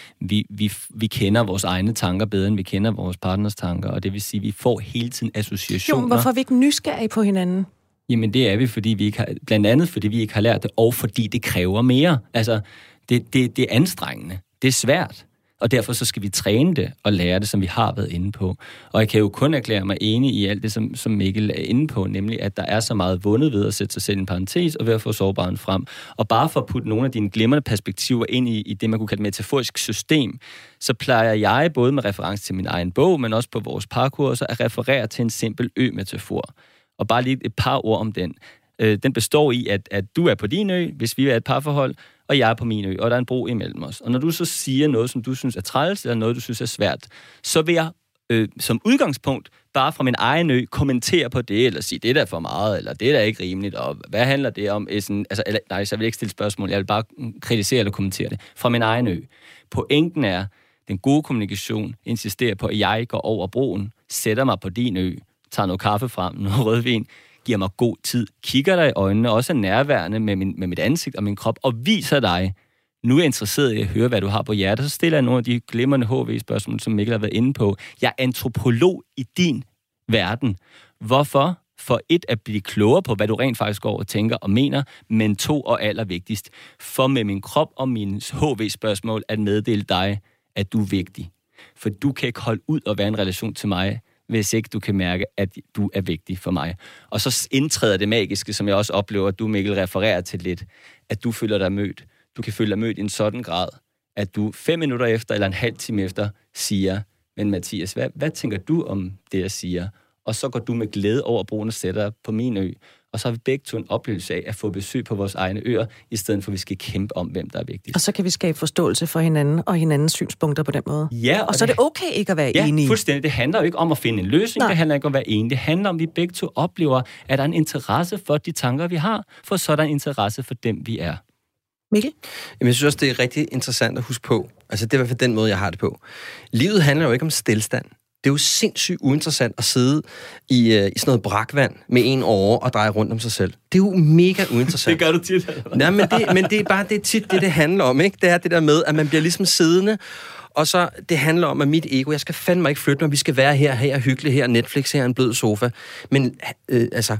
vi kender vores egne tanker bedre, end vi kender vores partners tanker, og det vil sige, at vi får hele tiden associationer. Jo, hvorfor er vi ikke nysgerrige på hinanden? Jamen det er vi, fordi vi ikke har, blandt andet fordi vi ikke har lært det, og fordi det kræver mere. Altså det er anstrengende, det er svært. Og derfor så skal vi træne det og lære det, som vi har været inde på. Og jeg kan jo kun erklære mig enig i alt det, som Mikkel er inde på, nemlig at der er så meget vundet ved at sætte sig selv i en parentes og ved at få sårbaren frem. Og bare for at putte nogle af dine glimrende perspektiver ind i det, man kunne kalde metaforisk system, så plejer jeg både med reference til min egen bog, men også på vores parkurser, at referere til en simpel ø-metafor. Og bare lige et par ord om den. Den består i, at du er på din ø, hvis vi er et parforhold, og jeg er på min ø, og der er en bro imellem os. Og når du så siger noget, som du synes er træls, eller noget, du synes er svært, så vil jeg som udgangspunkt bare fra min egen ø kommentere på det, eller sige, det er da for meget, eller det er da ikke rimeligt, og hvad handler det om? Så jeg vil ikke stille spørgsmål, jeg vil bare kritisere eller kommentere det fra min egen ø. Pointen er, den gode kommunikation insisterer på, at jeg går over broen, sætter mig på din ø, tager noget kaffe frem, noget rødvin, giver mig god tid, kigger dig i øjnene, også er nærværende med mit ansigt og min krop, og viser dig, nu er jeg interesseret i at høre, hvad du har på hjertet. Så stiller jeg nogle af de glimrende HV-spørgsmål, som Mikkel har været inde på. Jeg er antropolog i din verden. Hvorfor? For et, at blive klogere på, hvad du rent faktisk går og tænker og mener, men to, og allervigtigst, for med min krop og mine HV-spørgsmål at meddele dig, at du er vigtig. For du kan ikke holde ud og være en relation til mig, hvis ikke du kan mærke, at du er vigtig for mig. Og så indtræder det magiske, som jeg også oplever, at du, Mikkel, refererer til lidt, at du føler dig mødt. Du kan føle dig mødt i en sådan grad, at du 5 minutter efter, eller en halv time efter, siger, men Mathias, hvad tænker du om det, jeg siger? Og så går du med glæde over broen og sætter dig på min ø. Og så har vi begge to en oplevelse af at få besøg på vores egne øer, i stedet for at vi skal kæmpe om, hvem der er vigtigst. Og så kan vi skabe forståelse for hinanden og hinandens synspunkter på den måde. Ja, og så er det okay ikke at være enige. Ja, fuldstændig. Det handler jo ikke om at finde en løsning. Nej. Det handler ikke om at være enige. Det handler om, at vi begge to oplever, at der er en interesse for de tanker, vi har, for så er der en interesse for dem, vi er. Mikkel? Jamen, jeg synes også, det er rigtig interessant at huske på. Altså, det er i hvert fald den måde, jeg har det på. Livet handler jo ikke om stilstand. Det er jo sindssygt uinteressant at sidde i sådan noget brakvand med en åre og dreje rundt om sig selv. Det er jo mega uinteressant. Det gør du tit. Nej, men det er bare det handler om, ikke? Det er det der med, at man bliver ligesom siddende, og så det handler om, at mit ego, jeg skal fandme ikke flytte mig, vi skal være her hyggeligt, her Netflix, her en blød sofa. Men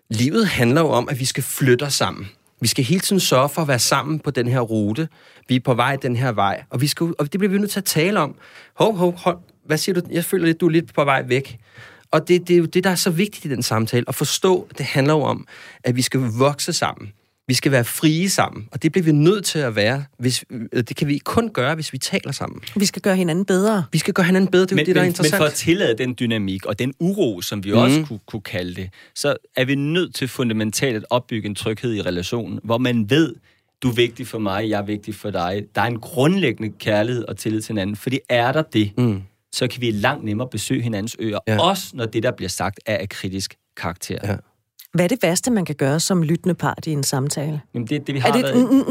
livet handler jo om, at vi skal flytte os sammen. Vi skal hele tiden sørge for at være sammen på den her rute. Vi er på vej den her vej, og det bliver vi nødt til at tale om. Hold. Hvad siger du? Jeg føler lidt, du er lidt på vej væk. Og det er jo det, der er så vigtigt i den samtale. At forstå, det handler jo om, at vi skal vokse sammen. Vi skal være frie sammen, og det bliver vi nødt til at være. Det kan vi kun gøre, hvis vi taler sammen. Vi skal gøre hinanden bedre. Vi skal gøre hinanden bedre, det er det, der er interessant. Men for at tillade den dynamik og den uro, som vi også kunne kalde det, så er vi nødt til fundamentalt at opbygge en tryghed i relationen, hvor man ved, du er vigtig for mig, jeg er vigtig for dig. Der er en grundlæggende kærlighed og tillid til hinanden, fordi er der det, så kan vi langt nemmere besøge hinandens øer, også når det, der bliver sagt, er af kritisk karakter. Ja. Hvad er det værste, man kan gøre som lyttende part i en samtale? Jamen det vi har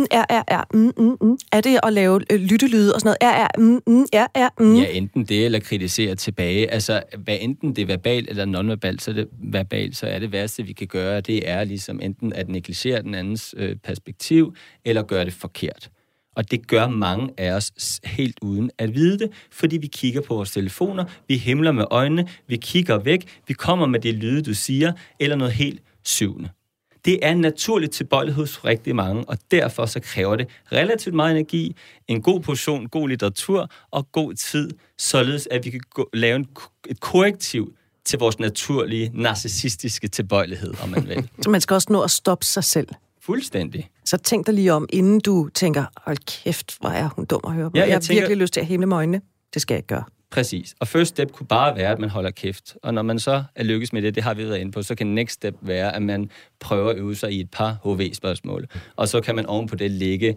Er det at lave lyttelyde og sådan noget? Ja, enten det, eller kritisere tilbage. Altså, hvad enten det er verbalt eller nonverbalt, så er det verbalt, så er det værste, vi kan gøre, det er ligesom enten at negligere den andens perspektiv, eller gøre det forkert. Og det gør mange af os helt uden at vide det, fordi vi kigger på vores telefoner, vi himler med øjnene, vi kigger væk, vi kommer med det lyde, du siger, eller noget helt syvende. Det er en naturlig tilbøjelighed hos rigtig mange, og derfor så kræver det relativt meget energi, en god portion, god litteratur og god tid, således at vi kan lave et korrektiv til vores naturlige, narcissistiske tilbøjelighed, om man vil. Så man skal også nå at stoppe sig selv. Fuldstændig. Så tænk dig lige om, inden du tænker, hold kæft, hvor er hun dum at høre på. Jeg har virkelig lyst til at himle med øjnene. Det skal jeg ikke gøre. Præcis. Og first step kunne bare være, at man holder kæft. Og når man så er lykkes med det har vi været inde på, så kan next step være, at man prøver at øve sig i et par HV-spørgsmål. Og så kan man ovenpå det lægge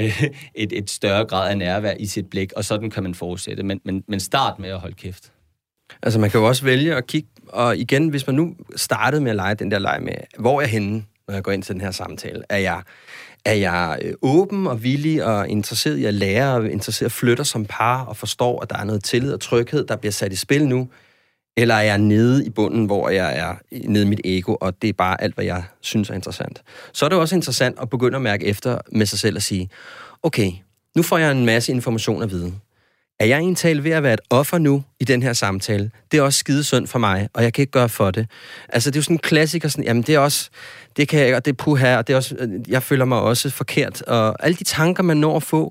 et større grad af nærvær i sit blik, og sådan kan man fortsætte. Men start med at holde kæft. Altså man kan jo også vælge at kigge, og igen, hvis man nu startede med at lege den der leg med, hvor er jeg henne, når jeg går ind til den her samtale? Er jeg åben og villig og interesseret i at lære og interesseret at flytte som par og forstår, at der er noget tillid og tryghed, der bliver sat i spil nu? Eller er jeg nede i bunden, hvor jeg er nede i mit ego, og det er bare alt, hvad jeg synes er interessant? Så er det også interessant at begynde at mærke efter med sig selv og sige, okay, nu får jeg en masse information at vide. Er jeg egentlig ved at være et offer nu i den her samtale? Det er også skidesynd for mig, og jeg kan ikke gøre for det. Altså, det er jo sådan en klassiker, sådan, jamen det er også, det kan jeg, og det er puha, og det er også, jeg føler mig også forkert. Og alle de tanker, man når at få,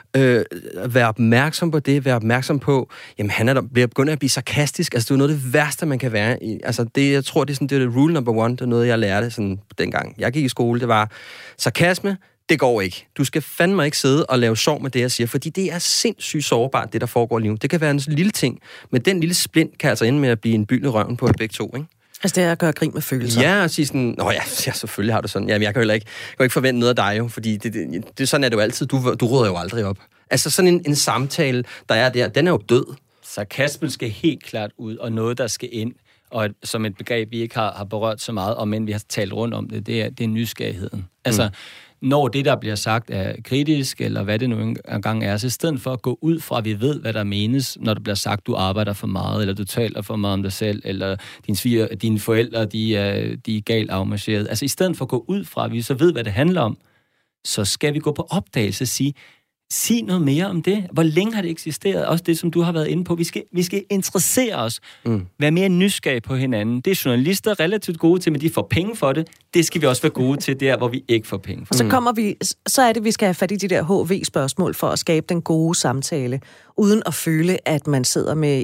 være opmærksom på det, være opmærksom på, jamen han er der, begynder at blive sarkastisk, altså det er noget af det værste, man kan være i. Altså det, jeg tror, det er rule number one, det er noget, jeg lærte sådan dengang. Jeg gik i skole, det var sarkasme, det går ikke. Du skal fandme ikke sidde og lave sjov med det, jeg siger, fordi det er sindssygt sårbart, det der foregår lige nu. Det kan være en lille ting, men den lille splint kan altså ende med at blive en byld i røven på begge to, ikke? Altså det er at gøre grin med følelser. Ja, og sige sådan, ja, selvfølgelig har du sådan. Jamen, jeg kan jo ikke forvente noget af dig jo, fordi det sådan er det jo altid. Du råder jo aldrig op. Altså sådan en samtale, der er der, den er jo død. Sarkasmen skal helt klart ud, og noget, der skal ind, og som et begreb, vi ikke har berørt så meget om, men vi har talt rundt om det er nysgerrigheden. Altså, når det, der bliver sagt, er kritisk, eller hvad det nu engang er, så i stedet for at gå ud fra, at vi ved, hvad der menes, når der bliver sagt, du arbejder for meget, eller du taler for meget om dig selv, eller dine forældre, de er galt afmarcheret. Altså, i stedet for at gå ud fra, at vi så ved, hvad det handler om, så skal vi gå på opdagelse og sig noget mere om det. Hvor længe har det eksisteret? Også det, som du har været inde på. Vi skal interessere os. Være mere nysgerrige på hinanden. Det er journalister relativt gode til, men de får penge for det. Det skal vi også være gode til der, hvor vi ikke får penge for det. Så er det, vi skal have fat i de der HV-spørgsmål for at skabe den gode samtale, uden at føle, at man sidder med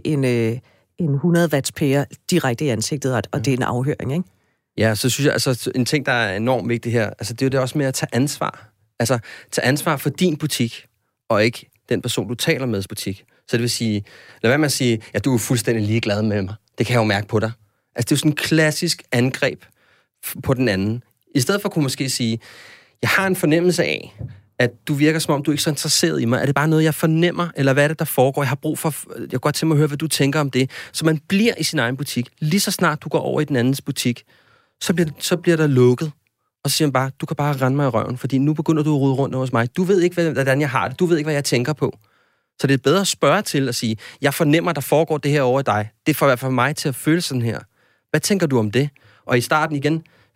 en 100 watts pære direkte i ansigtet, og det er en afhøring, ikke? Ja, så synes jeg, altså en ting, der er enormt vigtig her, altså det er jo det også med at tage ansvar. Altså, tage ansvar for din butik, og ikke den person, du taler med i butik. Så det vil sige, lad være med at sige, ja, du er fuldstændig ligeglad med mig. Det kan jeg jo mærke på dig. Altså, det er jo sådan en klassisk angreb på den anden. I stedet for kunne måske sige, jeg har en fornemmelse af, at du virker som om, du er ikke så interesseret i mig. Er det bare noget, jeg fornemmer, eller hvad er det, der foregår? Jeg har brug for, jeg kan godt tænke mig at høre, hvad du tænker om det. Så man bliver i sin egen butik. Lige så snart du går over i den andens butik, så bliver der lukket. Og så siger man bare, du kan bare rende mig i røven, fordi nu begynder du at rode rundt hos mig. Du ved ikke, hvordan jeg har det. Du ved ikke, hvad jeg tænker på. Så det er bedre at spørge til at sige, jeg fornemmer, der foregår det her over i dig. Det får i hvert fald mig til at føle sådan her. Hvad tænker du om det? Og i starten igen,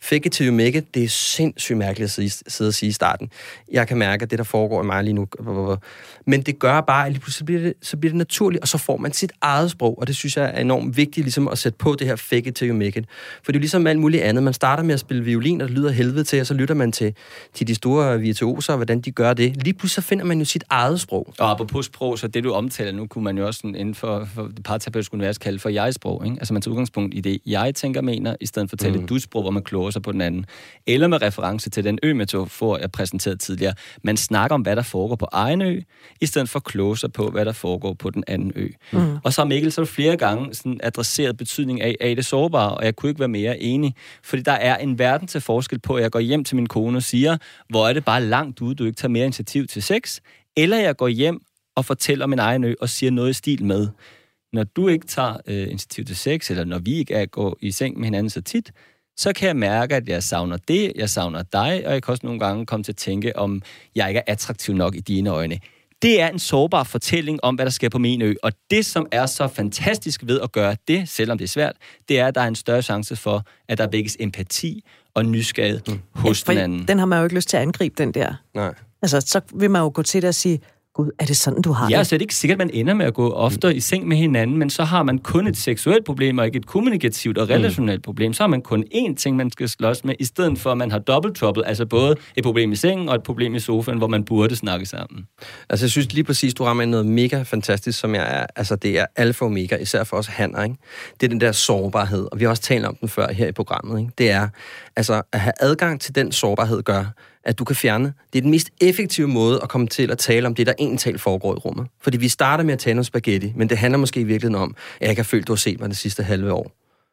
fake it till you make it, det er sindssygt mærkeligt at sidde og sige i starten. Jeg kan mærke, at det, der foregår i mig lige nu... Men det gør bare, at lige pludselig så bliver det naturligt, og så får man sit eget sprog, og det synes jeg er enormt vigtigt ligesom at sætte på det her fake it till you make it. For det er jo ligesom alt muligt andet. Man starter med at spille violin, og det lyder helvede til, og så lytter man til de store virtuoser, og hvordan de gør det. Lige pludselig så finder man jo sit eget sprog. Og apropos sprog, så det du omtaler nu, kunne man jo også inden for det parterapeutiske univers kalde for jeg-sprog. Ikke? Altså man tager udgangspunkt i det, jeg tænker mener, i stedet for at tale et du-sprog, hvor man kloger sig på den anden. Eller med reference til den ø-metafor, jeg præsenterede tidligere. Man snakker om, hvad der foregår på egen ø, i stedet for at kloge sig på, hvad der foregår på den anden ø. Og så har Mikkel så flere gange sådan adresseret betydning af det sårbare, og jeg kunne ikke være mere enig. Fordi der er en verden til forskel på, at jeg går hjem til min kone og siger, hvor er det bare langt ude, du ikke tager mere initiativ til sex, eller jeg går hjem og fortæller min egen ø og siger noget i stil med, når du ikke tager initiativ til sex, eller når vi ikke går i seng med hinanden så tit, så kan jeg mærke, at jeg savner det, jeg savner dig, og jeg kan også nogle gange komme til at tænke, om jeg ikke er attraktiv nok i dine øjne. Det er en sårbar fortælling om, hvad der sker på min ø, og det, som er så fantastisk ved at gøre det, selvom det er svært, det er, at der er en større chance for, at der vækkes empati og nysgerrighed hos den anden. Den har man jo ikke lyst til at angribe, den der. Nej. Altså, så vil man jo gå til det og sige, Gud, er det sådan, du har det? Ja, så er det ikke sikkert, at man ender med at gå oftere i seng med hinanden, men så har man kun et seksuelt problem, og ikke et kommunikativt og relationelt problem. Så har man kun én ting, man skal slås med, i stedet for, at man har double trouble, altså både et problem i sengen og et problem i sofaen, hvor man burde snakke sammen. Altså, jeg synes lige præcis, du rammer noget mega fantastisk, som jeg er, altså det er alfa og omega, især for os hanner, ikke? Det er den der sårbarhed, og vi har også talt om den før her i programmet, ikke? Det er, altså, at have adgang til den sårbarhed gør, at du kan fjerne. Det er den mest effektive måde at komme til at tale om det, der egentlig foregår i rummet. Fordi vi starter med at tale om spaghetti, men det handler måske i virkeligheden om, at jeg ikke har følt, du har set mig det sidste halve år.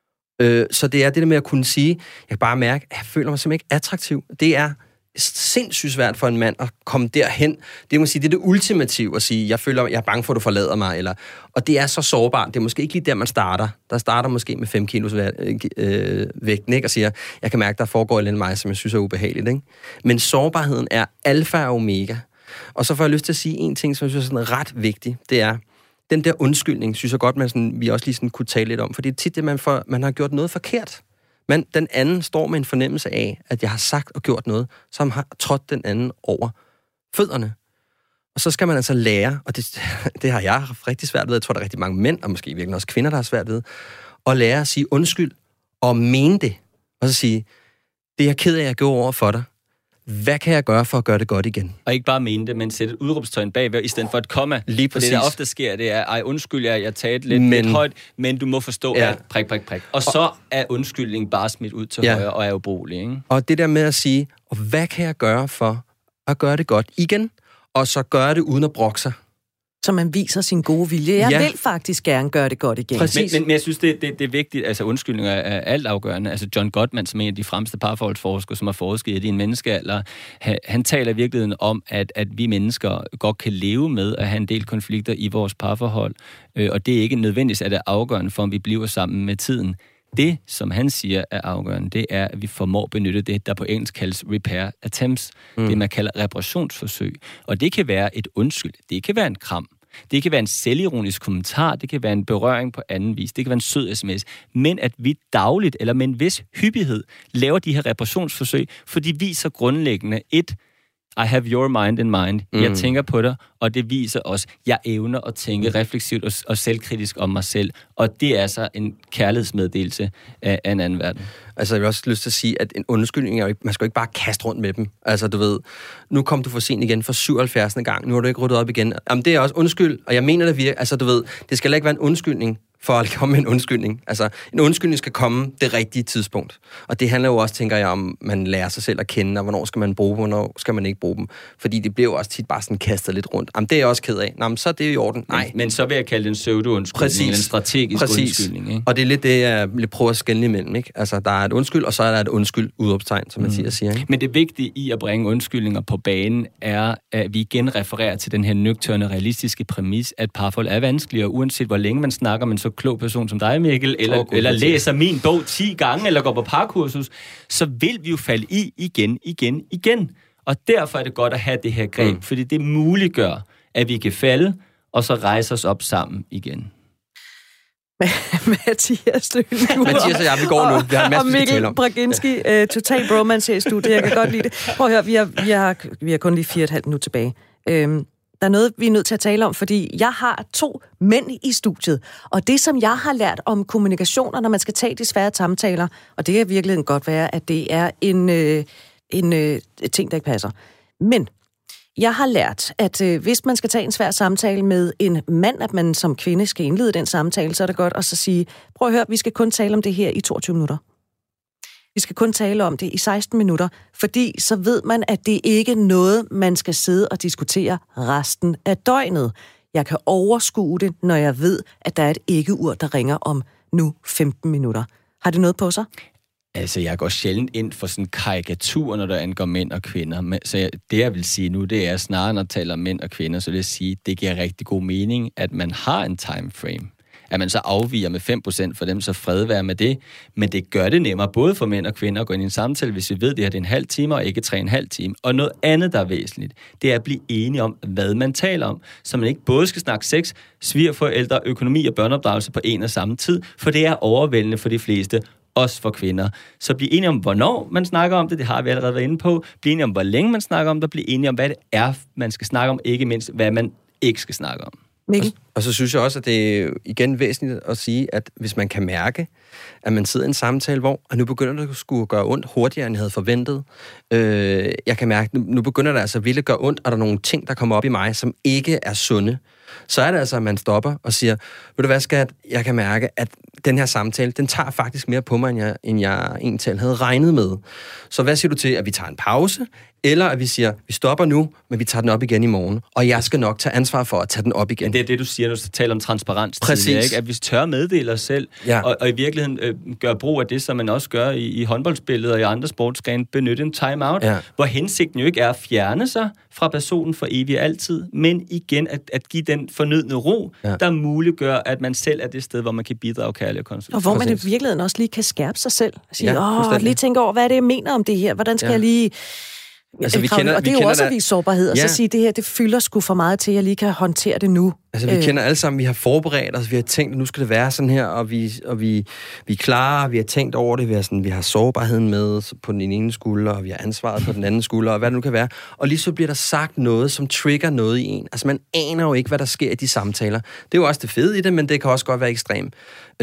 Så det er det der med at kunne sige, jeg kan bare mærke, at jeg føler mig simpelthen ikke attraktiv. Det er sindssygt svært for en mand at komme derhen. Det må sige, det er det ultimative at sige, jeg føler, jeg er bange for, at du forlader mig. Eller, og det er så sårbart. Det er måske ikke lige der, man starter. Der starter måske med 5 kilos vægten, ikke? Og siger, jeg kan mærke, der foregår et eller andet mig, som jeg synes er ubehageligt. Ikke? Men sårbarheden er alfa og omega. Og så får jeg lyst til at sige en ting, som jeg synes er sådan ret vigtig. Det er, den der undskyldning, synes jeg godt, vi også lige sådan kunne tale lidt om. For det er tit det, man har gjort noget forkert. Men den anden står med en fornemmelse af, at jeg har sagt og gjort noget, som har trådt den anden over fødderne. Og så skal man altså lære, og det har jeg haft rigtig svært ved, jeg tror, der er rigtig mange mænd, og måske virkelig også kvinder, der har svært ved, at lære at sige undskyld og mene det. Og så sige, det er jeg ked af, jeg gjorde over for dig. Hvad kan jeg gøre for at gøre det godt igen? Og ikke bare mene det, men sætte et udråbstegn bagved, i stedet for et komma. Lige præcis. For det, der ofte sker, det er, undskyld, jeg talte lidt højt, men du må forstå, at prik. Og så er undskyldningen bare smidt ud til højre og er ubrugelig, ikke? Og det der med at sige, og hvad kan jeg gøre for at gøre det godt igen? Og så gøre det uden at brokke sig. Så man viser sin gode vilje. Jeg vil faktisk gerne gøre det godt igen. Men jeg synes, det er vigtigt. Altså, undskyldninger er alt afgørende. Altså, John Gottman, som er en af de fremste parforholdsforskere, som har forsket i en menneskealder, han taler i virkeligheden om, at vi mennesker godt kan leve med at have en del konflikter i vores parforhold. Og det er ikke nødvendigvis, at det er afgørende for, om vi bliver sammen med tiden. Det, som han siger er afgørende, det er, at vi formår at benytte det, der på engelsk kaldes repair attempts. Det, man kalder reparationsforsøg. Og det kan være et undskyld. Det kan være en kram. Det kan være en selvironisk kommentar. Det kan være en berøring på anden vis. Det kan være en sød sms. Men at vi dagligt, eller med en vis hyppighed, laver de her reparationsforsøg, for de viser grundlæggende I have your mind in mind. Jeg tænker på dig, og det viser også, jeg evner at tænke refleksivt og selvkritisk om mig selv. Og det er så en kærlighedsmeddelelse af en anden verden. Altså, jeg vil også lyst til at sige, at en undskyldning er jo ikke, man skal jo ikke bare kaste rundt med dem. Altså, du ved, nu kom du for sent igen for 77. gang, nu har du ikke ryddet op igen. Jamen, det er også undskyld, og jeg mener, det virker. Altså, du ved, det skal ikke være en undskyldning for at komme med en undskyldning. Altså, en undskyldning skal komme det rigtige tidspunkt. Og det handler jo også, tænker jeg, om man lærer sig selv at kende, og hvornår skal man bruge dem, hvornår skal man ikke bruge dem. Fordi det bliver jo også tit bare sådan kastet lidt rundt. Jamen, det er jeg også ked af. Nå, men så er det i orden. Nej. Men så vil jeg kalde det en pseudo-undskyldning, eller en strategisk undskyldning. Ikke? Og det er lidt det, jeg vil prøve at skelne imellem. Ikke? Altså, der er et undskyld, og så er der et undskyld udopstegn, som Mathias siger. Ikke? Men det vigtige i at bringe undskyldninger på banen, er, at vi igen refererer til den her nøgterne, realistiske præmis, at parforhold er vanskeligere, uanset hvor længe man snakker med en så klog person som dig, Mikkel, eller læser min bog 10 gange, eller går på parkursus, så vil vi jo falde i igen. Og derfor er det godt at have det her greb, fordi det muliggør, at vi kan falde, og så rejse os op sammen igen. Mathias Lønur. Mathias og jeg, vi går nu. Vi har en masse, vi skal tale om. Og Mikkel Braginski, total bromance her i studiet. Jeg kan godt lide det. Prøv at høre, vi har kun lige 4,5 minutter tilbage. Der er noget, vi er nødt til at tale om, fordi jeg har 2 mænd i studiet, og det, som jeg har lært om kommunikation, når man skal tage de svære samtaler, og det kan virkelig godt være, at det er en ting, der ikke passer. Men jeg har lært, at hvis man skal tage en svær samtale med en mand, at man som kvinde skal indlede den samtale, så er det godt at så sige, prøv at høre, vi skal kun tale om det her i 22 minutter. Vi skal kun tale om det i 16 minutter, fordi så ved man, at det ikke er noget, man skal sidde og diskutere resten af døgnet. Jeg kan overskue det, når jeg ved, at der er et ikke-ur, der ringer om nu 15 minutter. Har det noget på sig? Altså, jeg går sjældent ind for sådan en karikatur, når der angår mænd og kvinder. Så det, jeg vil sige nu, det er snarere, når jeg taler om mænd og kvinder, så vil jeg sige, det giver rigtig god mening, at man har en timeframe. At man så afviger med 5% for dem, så fred være med det. Men det gør det nemmere, både for mænd og kvinder, at gå ind i en samtale, hvis vi ved, at det her det er en halv time, og ikke 3,5 time. Og noget andet, der er væsentligt, det er at blive enige om, hvad man taler om. Så man ikke både skal snakke sex, svigerforældre, økonomi og børneopdragelse på en og samme tid, for det er overvældende for de fleste, også for kvinder. Så bliv enige om, hvornår man snakker om det, det har vi allerede været inde på. Bliv enige om, hvor længe man snakker om det, bliv enige om, hvad det er, man skal snakke om, ikke mindst, hvad man ikke skal snakke om. Og så synes jeg også, at det er igen væsentligt at sige, at hvis man kan mærke, at man sidder i en samtale, hvor nu begynder det at skulle gøre ondt hurtigere, end jeg havde forventet. Jeg kan mærke, nu begynder det altså virkelig at gøre ondt, og der er nogle ting, der kommer op i mig, som ikke er sunde. Så er det altså, at man stopper og siger, ved du hvad, skat, jeg kan mærke, at den her samtale, den tager faktisk mere på mig, end jeg egentlig havde regnet med. Så hvad siger du til, at vi tager en pause, eller at vi siger, vi stopper nu, men vi tager den op igen i morgen, og jeg skal nok tage ansvar for at tage den op igen. Men det er det, du siger, når du taler om transparens. Præcis. Tidligere, ikke? At vi tør meddele os selv, og i virkeligheden gør brug af det, som man også gør i håndboldspillet og i andre sportsgrene, benytte en timeout, hvor hensigten jo ikke er at fjerne sig fra personen for evigt altid, men igen at give den fornødne ro, der muliggør, at man selv er det sted, hvor man kan bidrage kærligt og konstruktivt. Og hvor man i virkeligheden også lige kan skærpe sig selv. Sige, lige tænke over, hvad er det, jeg mener om det her? Hvordan skal jeg lige... Altså, og det er jo også at vise sårbarhed, og så sige, det her, det fylder sgu for meget til, at jeg lige kan håndtere det nu. Altså, vi kender alle sammen, vi har forberedt os, vi har tænkt, at nu skal det være sådan her, og vi er klare, vi har tænkt over det, vi har sårbarheden med på den ene skulder, og vi har ansvaret på den anden skulder, og hvad det nu kan være. Og lige så bliver der sagt noget, som trigger noget i en. Altså, man aner jo ikke, hvad der sker i de samtaler. Det er jo også det fede i det, men det kan også godt være ekstremt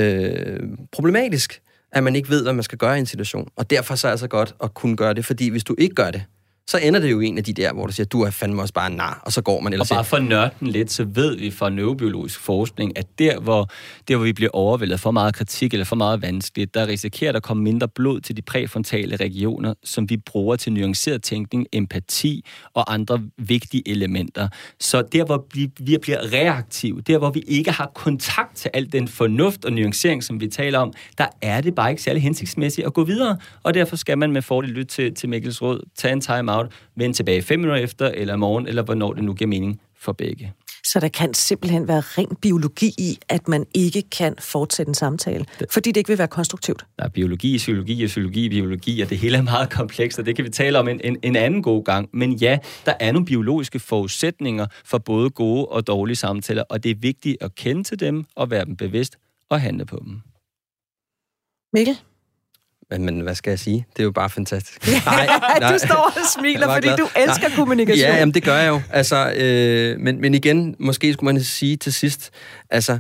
problematisk, at man ikke ved, hvad man skal gøre i en situation. Og derfor så er det altså godt at kunne gøre det, fordi hvis du ikke gør det, så ender det jo en af de der, hvor du siger, du er fandme også bare en nar, og så går man. Og bare for nørden lidt, så ved vi fra neurobiologisk forskning, at der hvor vi bliver overvældet for meget kritik eller for meget vanskeligt, der risikerer der komme mindre blod til de præfrontale regioner, som vi bruger til nuanceret tænkning, empati og andre vigtige elementer. Så der, hvor vi bliver reaktive, der, hvor vi ikke har kontakt til al den fornuft og nuancering, som vi taler om, der er det bare ikke særlig hensigtsmæssigt at gå videre, og derfor skal man med fordel lytte til Mikkels råd, tage en time-out, vende tilbage 5 minutter efter, eller i morgen, eller hvornår det nu giver mening for begge. Så der kan simpelthen være ren biologi i, at man ikke kan fortsætte en samtale, fordi det ikke vil være konstruktivt. Der er biologi, psykologi, biologi, og det hele er meget komplekst, og det kan vi tale om en anden god gang. Men ja, der er nogle biologiske forudsætninger for både gode og dårlige samtaler, og det er vigtigt at kende til dem, og være dem bevidst, og handle på dem. Mikkel? Men hvad skal jeg sige? Det er jo bare fantastisk. Nej. Du står og smiler, fordi du elsker kommunikation. Ja, jamen, det gør jeg jo. Altså, men igen, måske skulle man sige til sidst, altså,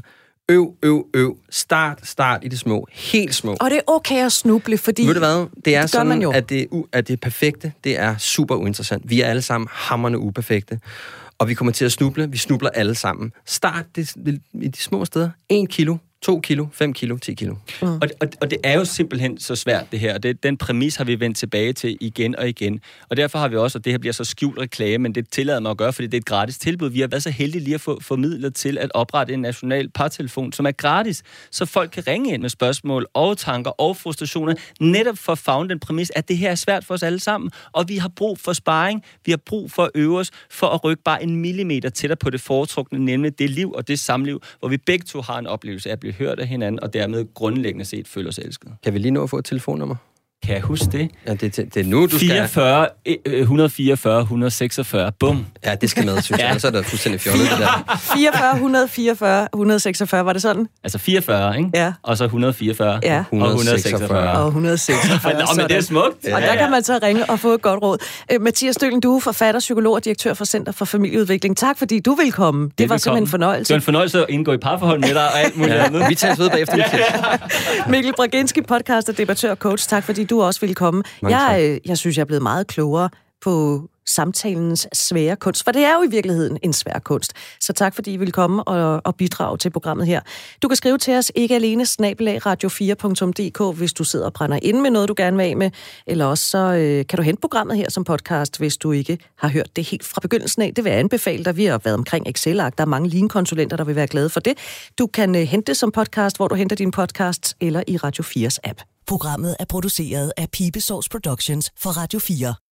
øv. Start i det små. Helt små. Og det er okay at snuble, fordi... Ved du hvad? Det er sådan, at det perfekte, det er super uinteressant. Vi er alle sammen hamrende uperfekte. Og vi kommer til at snuble. Vi snubler alle sammen. Start i de små steder. 1 kilo. 2 kilo, 5 kilo, 10 kilo. Og det er jo simpelthen så svært, det her. Den præmis har vi vendt tilbage til igen og igen. Og derfor har vi også, og det her bliver så skjult reklame, men det tillader mig at gøre, fordi det er et gratis tilbud. Vi har været så heldige lige at få formidlet til at oprette en national partelefon, som er gratis, så folk kan ringe ind med spørgsmål og tanker og frustrationer, netop for at favne den præmis, at det her er svært for os alle sammen. Og vi har brug for sparring, vi har brug for at øve os, for at rykke bare 1 millimeter tættere på det foretrukne, nemlig det liv og det samliv, hvor vi begge to har en oplevelse af at blive hørt af hinanden, og dermed grundlæggende set føler os elsket. Kan vi lige nå at få et telefonnummer? Kan jeg huske det? Ja, det er nu, du 44, 144, 146, bum. Ja, det skal med, synes jeg. Så er det fuldstændig fjollet, det der. 44, 144, 146, var det sådan? Altså 44, ikke? Ja. Og så 144. Ja. Og 146. Og 146. Nå, men det er smukt. Ja. Og der kan man så ringe og få et godt råd. Mathias Stølen, du er forfatter, psykolog og direktør for Center for Familieudvikling. Tak, fordi du ville komme. Det var simpelthen en fornøjelse. Det var en fornøjelse at indgå i parforhold med dig og alt muligt andet. Vi tager os ved bagefter. Mikkel Braginski, podcaster, debattør og coach. Tak, fordi du også ville komme. Jeg synes, jeg er blevet meget klogere på samtalens svære kunst, for det er jo i virkeligheden en svær kunst. Så tak, fordi I ville komme og bidrage til programmet her. Du kan skrive til os, ikke alene @radio4.dk, hvis du sidder og brænder inde med noget, du gerne vil af med, eller også så kan du hente programmet her som podcast, hvis du ikke har hørt det helt fra begyndelsen af. Det vil jeg anbefale dig. Vi har været omkring Excel-ark. Der er mange lean-konsulenter, der vil være glade for det. Du kan hente det som podcast, hvor du henter dine podcasts, eller i Radio 4's app. Programmet er produceret af Pibesource Productions for Radio 4.